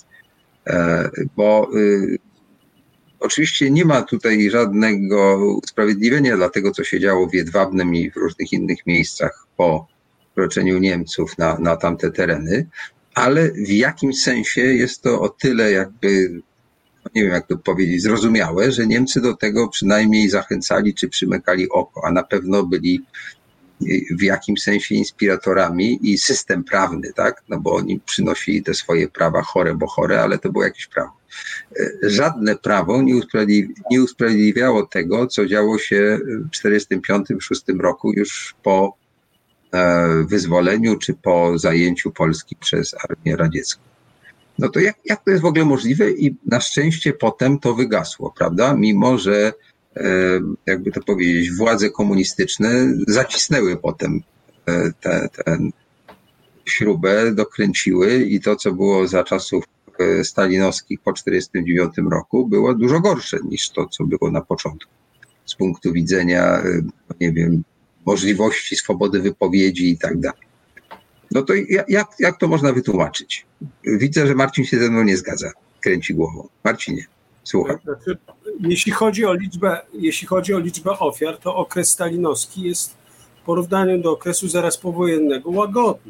Bo y, oczywiście nie ma tutaj żadnego usprawiedliwienia dla tego, co się działo w Jedwabnem i w różnych innych miejscach po wkroczeniu Niemców na, na tamte tereny, ale w jakimś sensie jest to o tyle jakby, nie wiem jak to powiedzieć, zrozumiałe, że Niemcy do tego przynajmniej zachęcali czy przymykali oko, a na pewno byli w jakimś sensie inspiratorami i system prawny, tak? No bo oni przynosili te swoje prawa chore, bo chore, ale to było jakieś prawo. Żadne prawo nie, usprawiedliwi- nie usprawiedliwiało tego, co działo się w czterdziestym piątym szóstym roku już po e, wyzwoleniu czy po zajęciu Polski przez armię radziecką. No to jak, jak to jest w ogóle możliwe? I na szczęście potem to wygasło, prawda? Mimo że, e, jakby to powiedzieć, władze komunistyczne zacisnęły potem e, te, ten śrubę, dokręciły i to, co było za czasów stalinowskich po tysiąc dziewięćset czterdziestym dziewiątym roku, było dużo gorsze niż to, co było na początku. Z punktu widzenia, nie wiem, możliwości swobody wypowiedzi i tak dalej. No to jak, jak to można wytłumaczyć? Widzę, że Marcin się ze mną nie zgadza. Kręci głową. Marcinie, słucham. Znaczy, jeśli chodzi o liczbę, jeśli chodzi o liczbę ofiar, to okres stalinowski jest w porównaniu do okresu zaraz powojennego łagodny.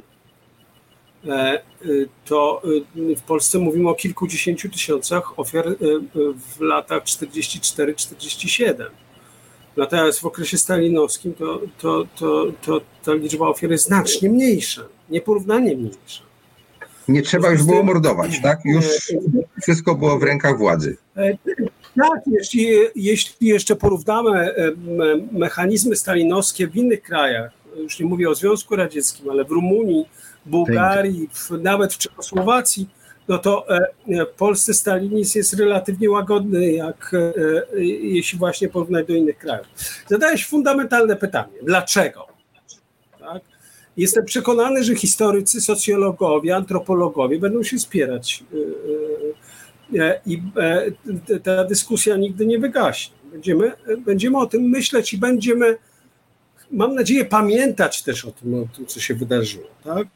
To w Polsce mówimy o kilkudziesięciu tysiącach ofiar w latach czterdziestym czwartym czterdziestym siódmym. Natomiast w okresie stalinowskim to, to, to, to ta liczba ofiar jest znacznie mniejsza, nieporównanie mniejsza. Nie trzeba już było mordować, tak? Już wszystko było w rękach władzy. Tak, jeśli, jeśli jeszcze porównamy mechanizmy stalinowskie w innych krajach, już nie mówię o Związku Radzieckim, ale w Rumunii, Bułgarii, w, nawet w Czechosłowacji, no to e, w Polsce stalinizm jest relatywnie łagodny, jak e, jeśli właśnie porównać do innych krajów. Zadałeś fundamentalne pytanie. Dlaczego? Tak? Jestem przekonany, że historycy, socjologowie, antropologowie będą się spierać e, e, i e, ta dyskusja nigdy nie wygaśnie. Będziemy, będziemy o tym myśleć i będziemy, mam nadzieję, pamiętać też o tym, o tym co się wydarzyło. Tak?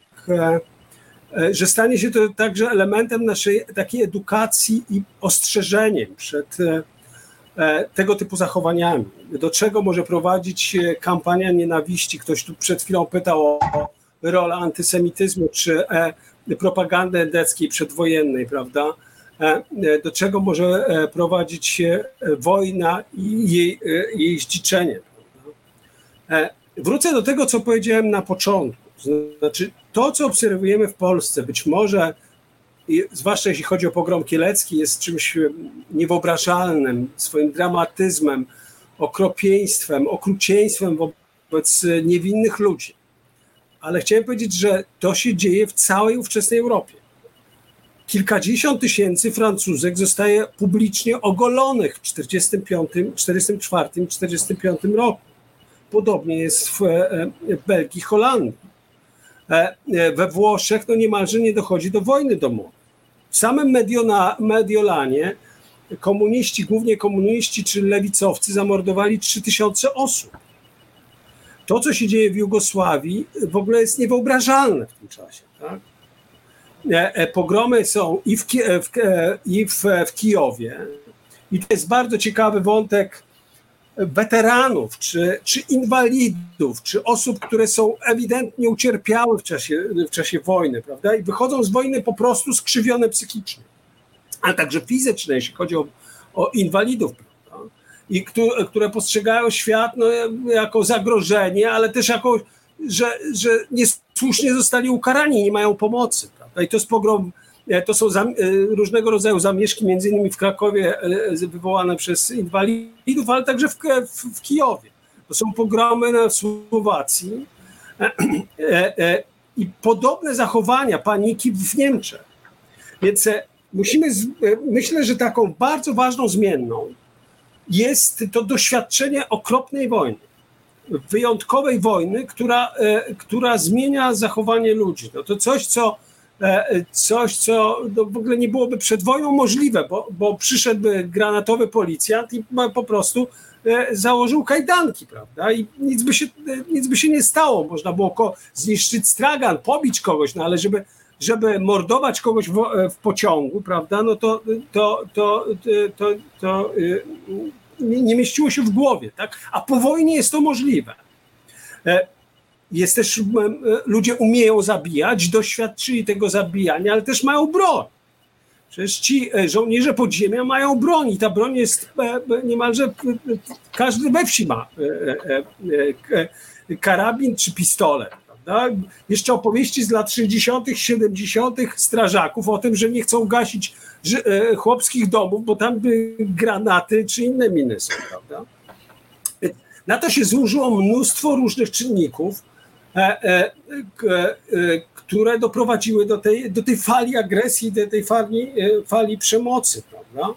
Że stanie się to także elementem naszej takiej edukacji i ostrzeżeniem przed tego typu zachowaniami. Do czego może prowadzić kampania nienawiści? Ktoś tu przed chwilą pytał o rolę antysemityzmu czy propagandy endeckiej przedwojennej, prawda? Do czego może prowadzić wojna i jej, jej zdziczenie. Prawda? Wrócę do tego, co powiedziałem na początku. Znaczy, to, co obserwujemy w Polsce, być może, zwłaszcza jeśli chodzi o pogrom kielecki, jest czymś niewyobrażalnym, swoim dramatyzmem, okropieństwem, okrucieństwem wobec niewinnych ludzi. Ale chciałem powiedzieć, że to się dzieje w całej ówczesnej Europie. Kilkadziesiąt tysięcy Francuzek zostaje publicznie ogolonych w czterdziestym piątym, czterdziestym czwartym, czterdziestym piątym roku. Podobnie jest w Belgii, Holandii. We Włoszech no niemalże nie dochodzi do wojny domowej. W samym Mediona, Mediolanie komuniści, głównie komuniści czy lewicowcy zamordowali trzy tysiące osób. To, co się dzieje w Jugosławii, w ogóle jest niewyobrażalne w tym czasie. Tak? Pogromy są i w, w, i w, w Kijowie. I to jest bardzo ciekawy wątek weteranów, czy, czy inwalidów, czy osób, które są ewidentnie ucierpiały w czasie, w czasie wojny, prawda? I wychodzą z wojny po prostu skrzywione psychicznie, ale także fizycznie, jeśli chodzi o, o inwalidów, prawda? I które, które postrzegają świat no, jako zagrożenie, ale też jako, że, że niesłusznie zostali ukarani, nie mają pomocy, prawda? I to jest pogrom. To są zam, różnego rodzaju zamieszki, między innymi w Krakowie wywołane przez inwalidów, ale także w, w, w Kijowie. To są pogromy na Słowacji i podobne zachowania, paniki w Niemczech. Więc musimy, myślę, że taką bardzo ważną zmienną jest to doświadczenie okropnej wojny. Wyjątkowej wojny, która, która zmienia zachowanie ludzi. No to coś, co Coś, co no w ogóle nie byłoby przed wojną możliwe, bo, bo przyszedłby granatowy policjant i po prostu założył kajdanki, prawda? I nic by się, nic by się nie stało. Można było ko- zniszczyć stragan, pobić kogoś, no ale żeby, żeby mordować kogoś w, w pociągu, prawda? No to, to, to, to, to, to nie, nie mieściło się w głowie, tak? A po wojnie jest to możliwe. Jest też, ludzie umieją zabijać, doświadczyli tego zabijania, ale też mają broń. Przecież ci żołnierze podziemia mają broń i ta broń jest niemalże, każdy we wsi ma karabin czy pistolet. Prawda? Jeszcze opowieści z lat sześćdziesiątych, siedemdziesiątych strażaków o tym, że nie chcą gasić chłopskich domów, bo tam by granaty czy inne miny są. Prawda? Na to się złożyło mnóstwo różnych czynników, które doprowadziły do tej, do tej fali agresji, do tej fali, fali przemocy, prawda?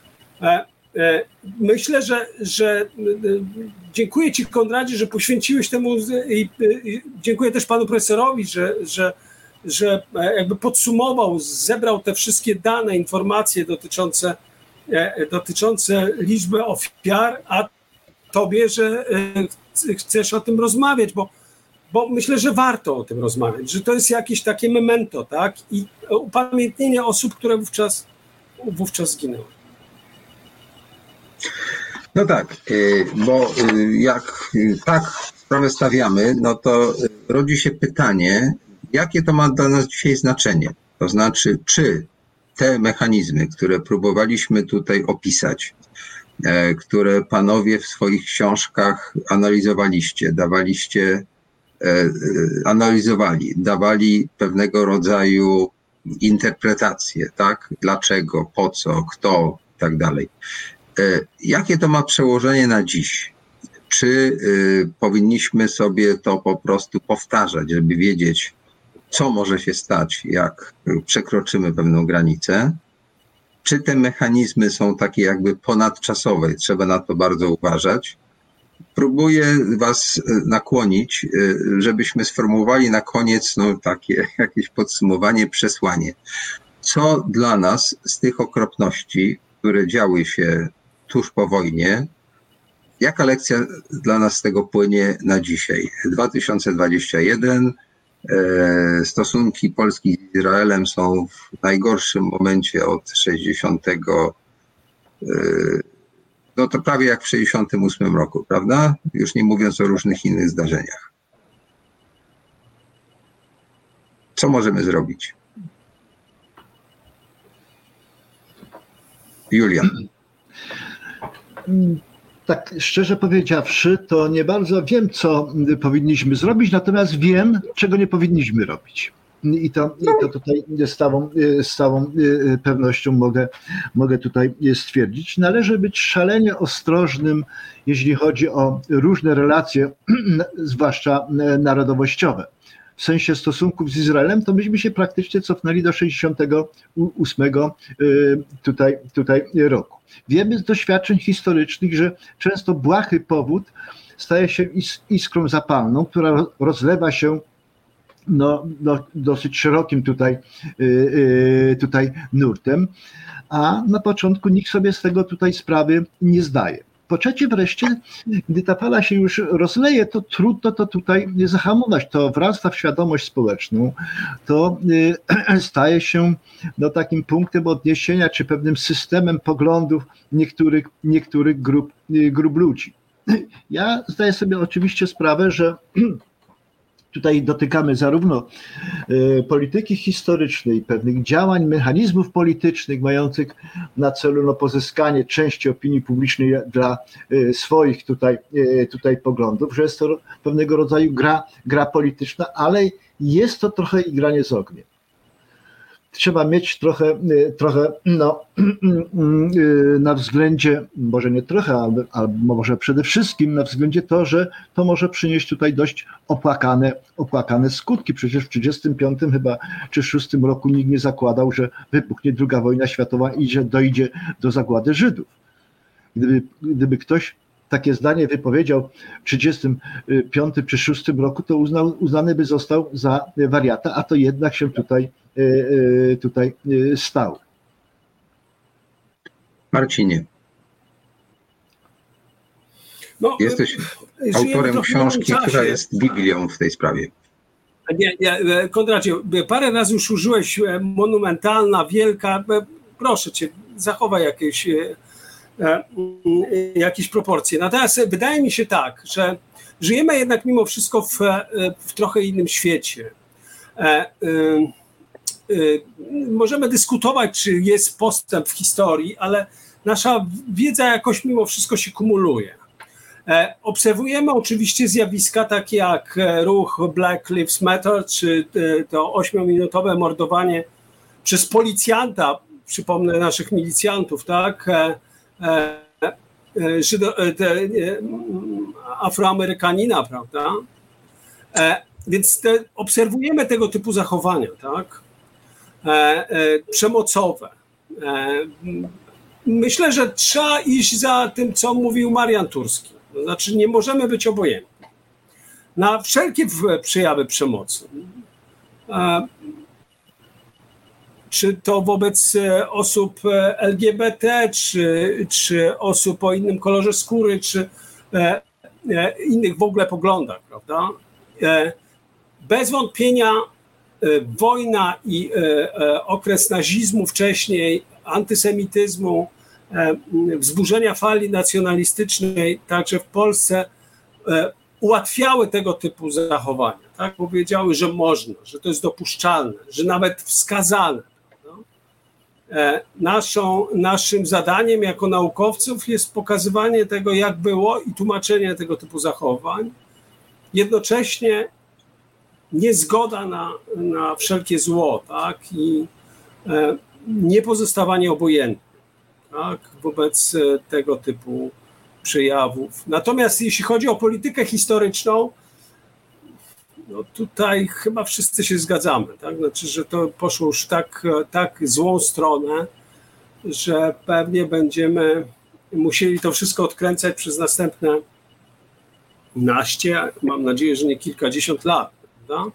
Myślę, że, że dziękuję Ci, Konradzie, że poświęciłeś temu i dziękuję też panu profesorowi, że, że, że jakby podsumował, zebrał te wszystkie dane, informacje dotyczące, dotyczące liczby ofiar, a Tobie, że chcesz o tym rozmawiać, bo, bo myślę, że warto o tym rozmawiać, że to jest jakieś takie memento, tak? I upamiętnienie osób, które wówczas, wówczas zginęły. No tak, bo jak tak sprawę stawiamy, no to rodzi się pytanie, jakie to ma dla nas dzisiaj znaczenie? To znaczy, czy te mechanizmy, które próbowaliśmy tutaj opisać, które panowie w swoich książkach analizowaliście, dawaliście, analizowali, dawali pewnego rodzaju interpretacje, tak? Dlaczego, po co, kto i tak dalej. Jakie to ma przełożenie na dziś? Czy y, powinniśmy sobie to po prostu powtarzać, żeby wiedzieć, co może się stać, jak przekroczymy pewną granicę? Czy te mechanizmy są takie jakby ponadczasowe? Trzeba na to bardzo uważać. Próbuję was nakłonić, żebyśmy sformułowali na koniec no, takie jakieś podsumowanie, przesłanie. Co dla nas z tych okropności, które działy się tuż po wojnie, jaka lekcja dla nas z tego płynie na dzisiaj? dwa tysiące dwudziesty pierwszy, e, stosunki Polski z Izraelem są w najgorszym momencie od sześćdziesiątego, e, no to prawie jak w sześćdziesiątym ósmym roku, prawda? Już nie mówiąc o różnych innych zdarzeniach. Co możemy zrobić? Julian. Tak szczerze powiedziawszy, to nie bardzo wiem, co powinniśmy zrobić, natomiast wiem, czego nie powinniśmy robić. I to, i to tutaj z całą, z całą pewnością mogę, mogę tutaj stwierdzić. Należy być szalenie ostrożnym, jeśli chodzi o różne relacje, zwłaszcza narodowościowe. W sensie stosunków z Izraelem, to myśmy się praktycznie cofnęli do sześćdziesiątego ósmego tutaj, tutaj roku. Wiemy z doświadczeń historycznych, że często błahy powód staje się iskrą zapalną, która rozlewa się no, no, dosyć szerokim tutaj, tutaj nurtem, a na początku nikt sobie z tego tutaj sprawy nie zdaje. Po trzecie wreszcie, gdy ta fala się już rozleje, to trudno to tutaj zahamować. To wrasta w świadomość społeczną, to staje się no, takim punktem odniesienia, czy pewnym systemem poglądów niektórych, niektórych grup, grup ludzi. Ja zdaję sobie oczywiście sprawę, że tutaj dotykamy zarówno polityki historycznej, pewnych działań, mechanizmów politycznych mających na celu no, pozyskanie części opinii publicznej dla swoich tutaj, tutaj poglądów, że jest to pewnego rodzaju gra, gra polityczna, ale jest to trochę igranie z ogniem. Trzeba mieć trochę, trochę no, na względzie, może nie trochę, albo, albo może przede wszystkim na względzie to, że to może przynieść tutaj dość opłakane, opłakane skutki. Przecież w trzydziestym piątym chyba czy szóstym roku nikt nie zakładał, że wybuchnie druga wojna światowa i że dojdzie do zagłady Żydów. Gdyby, gdyby ktoś takie zdanie wypowiedział w trzydziestym piątym czy szóstym roku, to uznał, uznany by został za wariata, a to jednak się tutaj, tutaj stało. Marcinie, no, jesteś autorem książki, która jest Biblią w tej sprawie. Nie, nie, Konradzie, parę razy już użyłeś monumentalna, wielka. Proszę cię, zachowaj jakieś jakieś proporcje. Natomiast wydaje mi się tak, że żyjemy jednak mimo wszystko w, w trochę innym świecie. Możemy dyskutować, czy jest postęp w historii, ale nasza wiedza jakoś mimo wszystko się kumuluje. Obserwujemy oczywiście zjawiska takie jak ruch Black Lives Matter, czy to ośmiominutowe mordowanie przez policjanta, przypomnę naszych milicjantów, tak, Żydo, te, Afroamerykanina, prawda? Więc te, obserwujemy tego typu zachowania, tak? E, e, przemocowe. E, myślę, że trzeba iść za tym, co mówił Marian Turski. To znaczy, nie możemy być obojętni na wszelkie przejawy przemocy. E, czy to wobec osób L G B T, czy, czy osób o innym kolorze skóry, czy e, e, innych w ogóle poglądach, prawda? E, bez wątpienia e, wojna i e, e, okres nazizmu wcześniej, antysemityzmu, e, wzburzenia fali nacjonalistycznej, także w Polsce, e, ułatwiały tego typu zachowania. Tak? Powiedziały, że można, że to jest dopuszczalne, że nawet wskazane. Naszą, naszym zadaniem jako naukowców jest pokazywanie tego, jak było i tłumaczenie tego typu zachowań. Jednocześnie niezgoda na, na wszelkie zło, tak? I e, nie pozostawanie obojętnym, tak? Wobec tego typu przejawów. Natomiast jeśli chodzi o politykę historyczną, no tutaj chyba wszyscy się zgadzamy, tak? Znaczy, że to poszło już tak, tak złą stronę, że pewnie będziemy musieli to wszystko odkręcać przez następne naście, mam nadzieję, że nie kilkadziesiąt lat, prawda?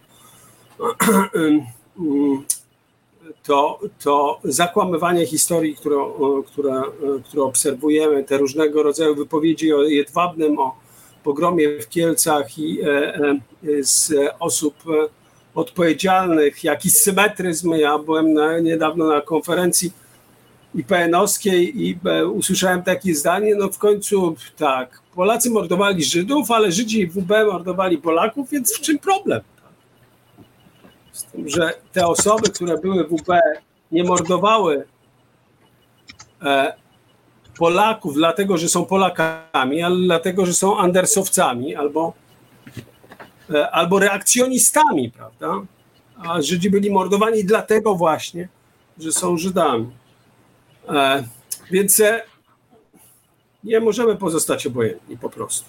To, to zakłamywanie historii, które, które, które obserwujemy, te różnego rodzaju wypowiedzi o Jedwabnym, o pogromie w Kielcach i e, e, z osób odpowiedzialnych, jak i symetryzm. Ja byłem na, niedawno na konferencji I P N-owskiej i e, usłyszałem takie zdanie, no w końcu tak, Polacy mordowali Żydów, ale Żydzi i W B mordowali Polaków, więc w czym problem? Z tym, że te osoby, które były W B, nie mordowały e, Polaków dlatego, że są Polakami, ale dlatego, że są andersowcami albo, albo reakcjonistami, prawda? A Żydzi byli mordowani dlatego właśnie, że są Żydami. E, więc e, nie możemy pozostać obojętni po prostu.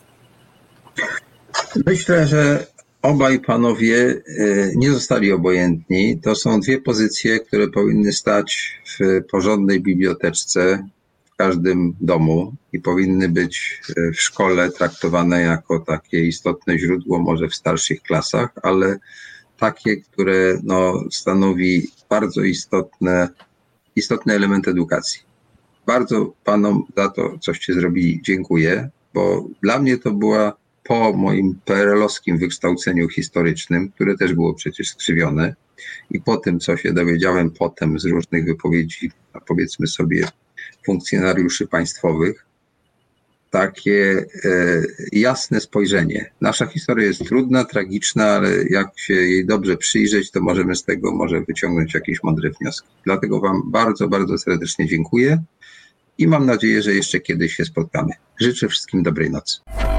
Myślę, że obaj panowie nie zostali obojętni. To są dwie pozycje, które powinny stać w porządnej biblioteczce w każdym domu i powinny być w szkole traktowane jako takie istotne źródło, może w starszych klasach, ale takie, które no, stanowi bardzo istotne, istotny element edukacji. Bardzo panom za to, coście zrobili, dziękuję, bo dla mnie to była po moim P R L-owskim wykształceniu historycznym, które też było przecież skrzywione i po tym, co się dowiedziałem potem z różnych wypowiedzi, powiedzmy sobie, funkcjonariuszy państwowych, takie e, jasne spojrzenie. Nasza historia jest trudna, tragiczna, ale jak się jej dobrze przyjrzeć, to możemy z tego może wyciągnąć jakieś mądre wnioski. Dlatego wam bardzo, bardzo serdecznie dziękuję i mam nadzieję, że jeszcze kiedyś się spotkamy. Życzę wszystkim dobrej nocy.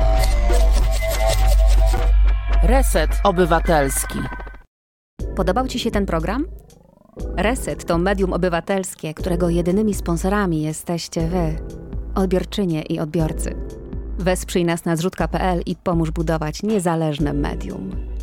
Reset Obywatelski. Podobał Ci się ten program? Reset to medium obywatelskie, którego jedynymi sponsorami jesteście Wy, odbiorczynie i odbiorcy. Wesprzyj nas na zrzutka kropka pe el i pomóż budować niezależne medium.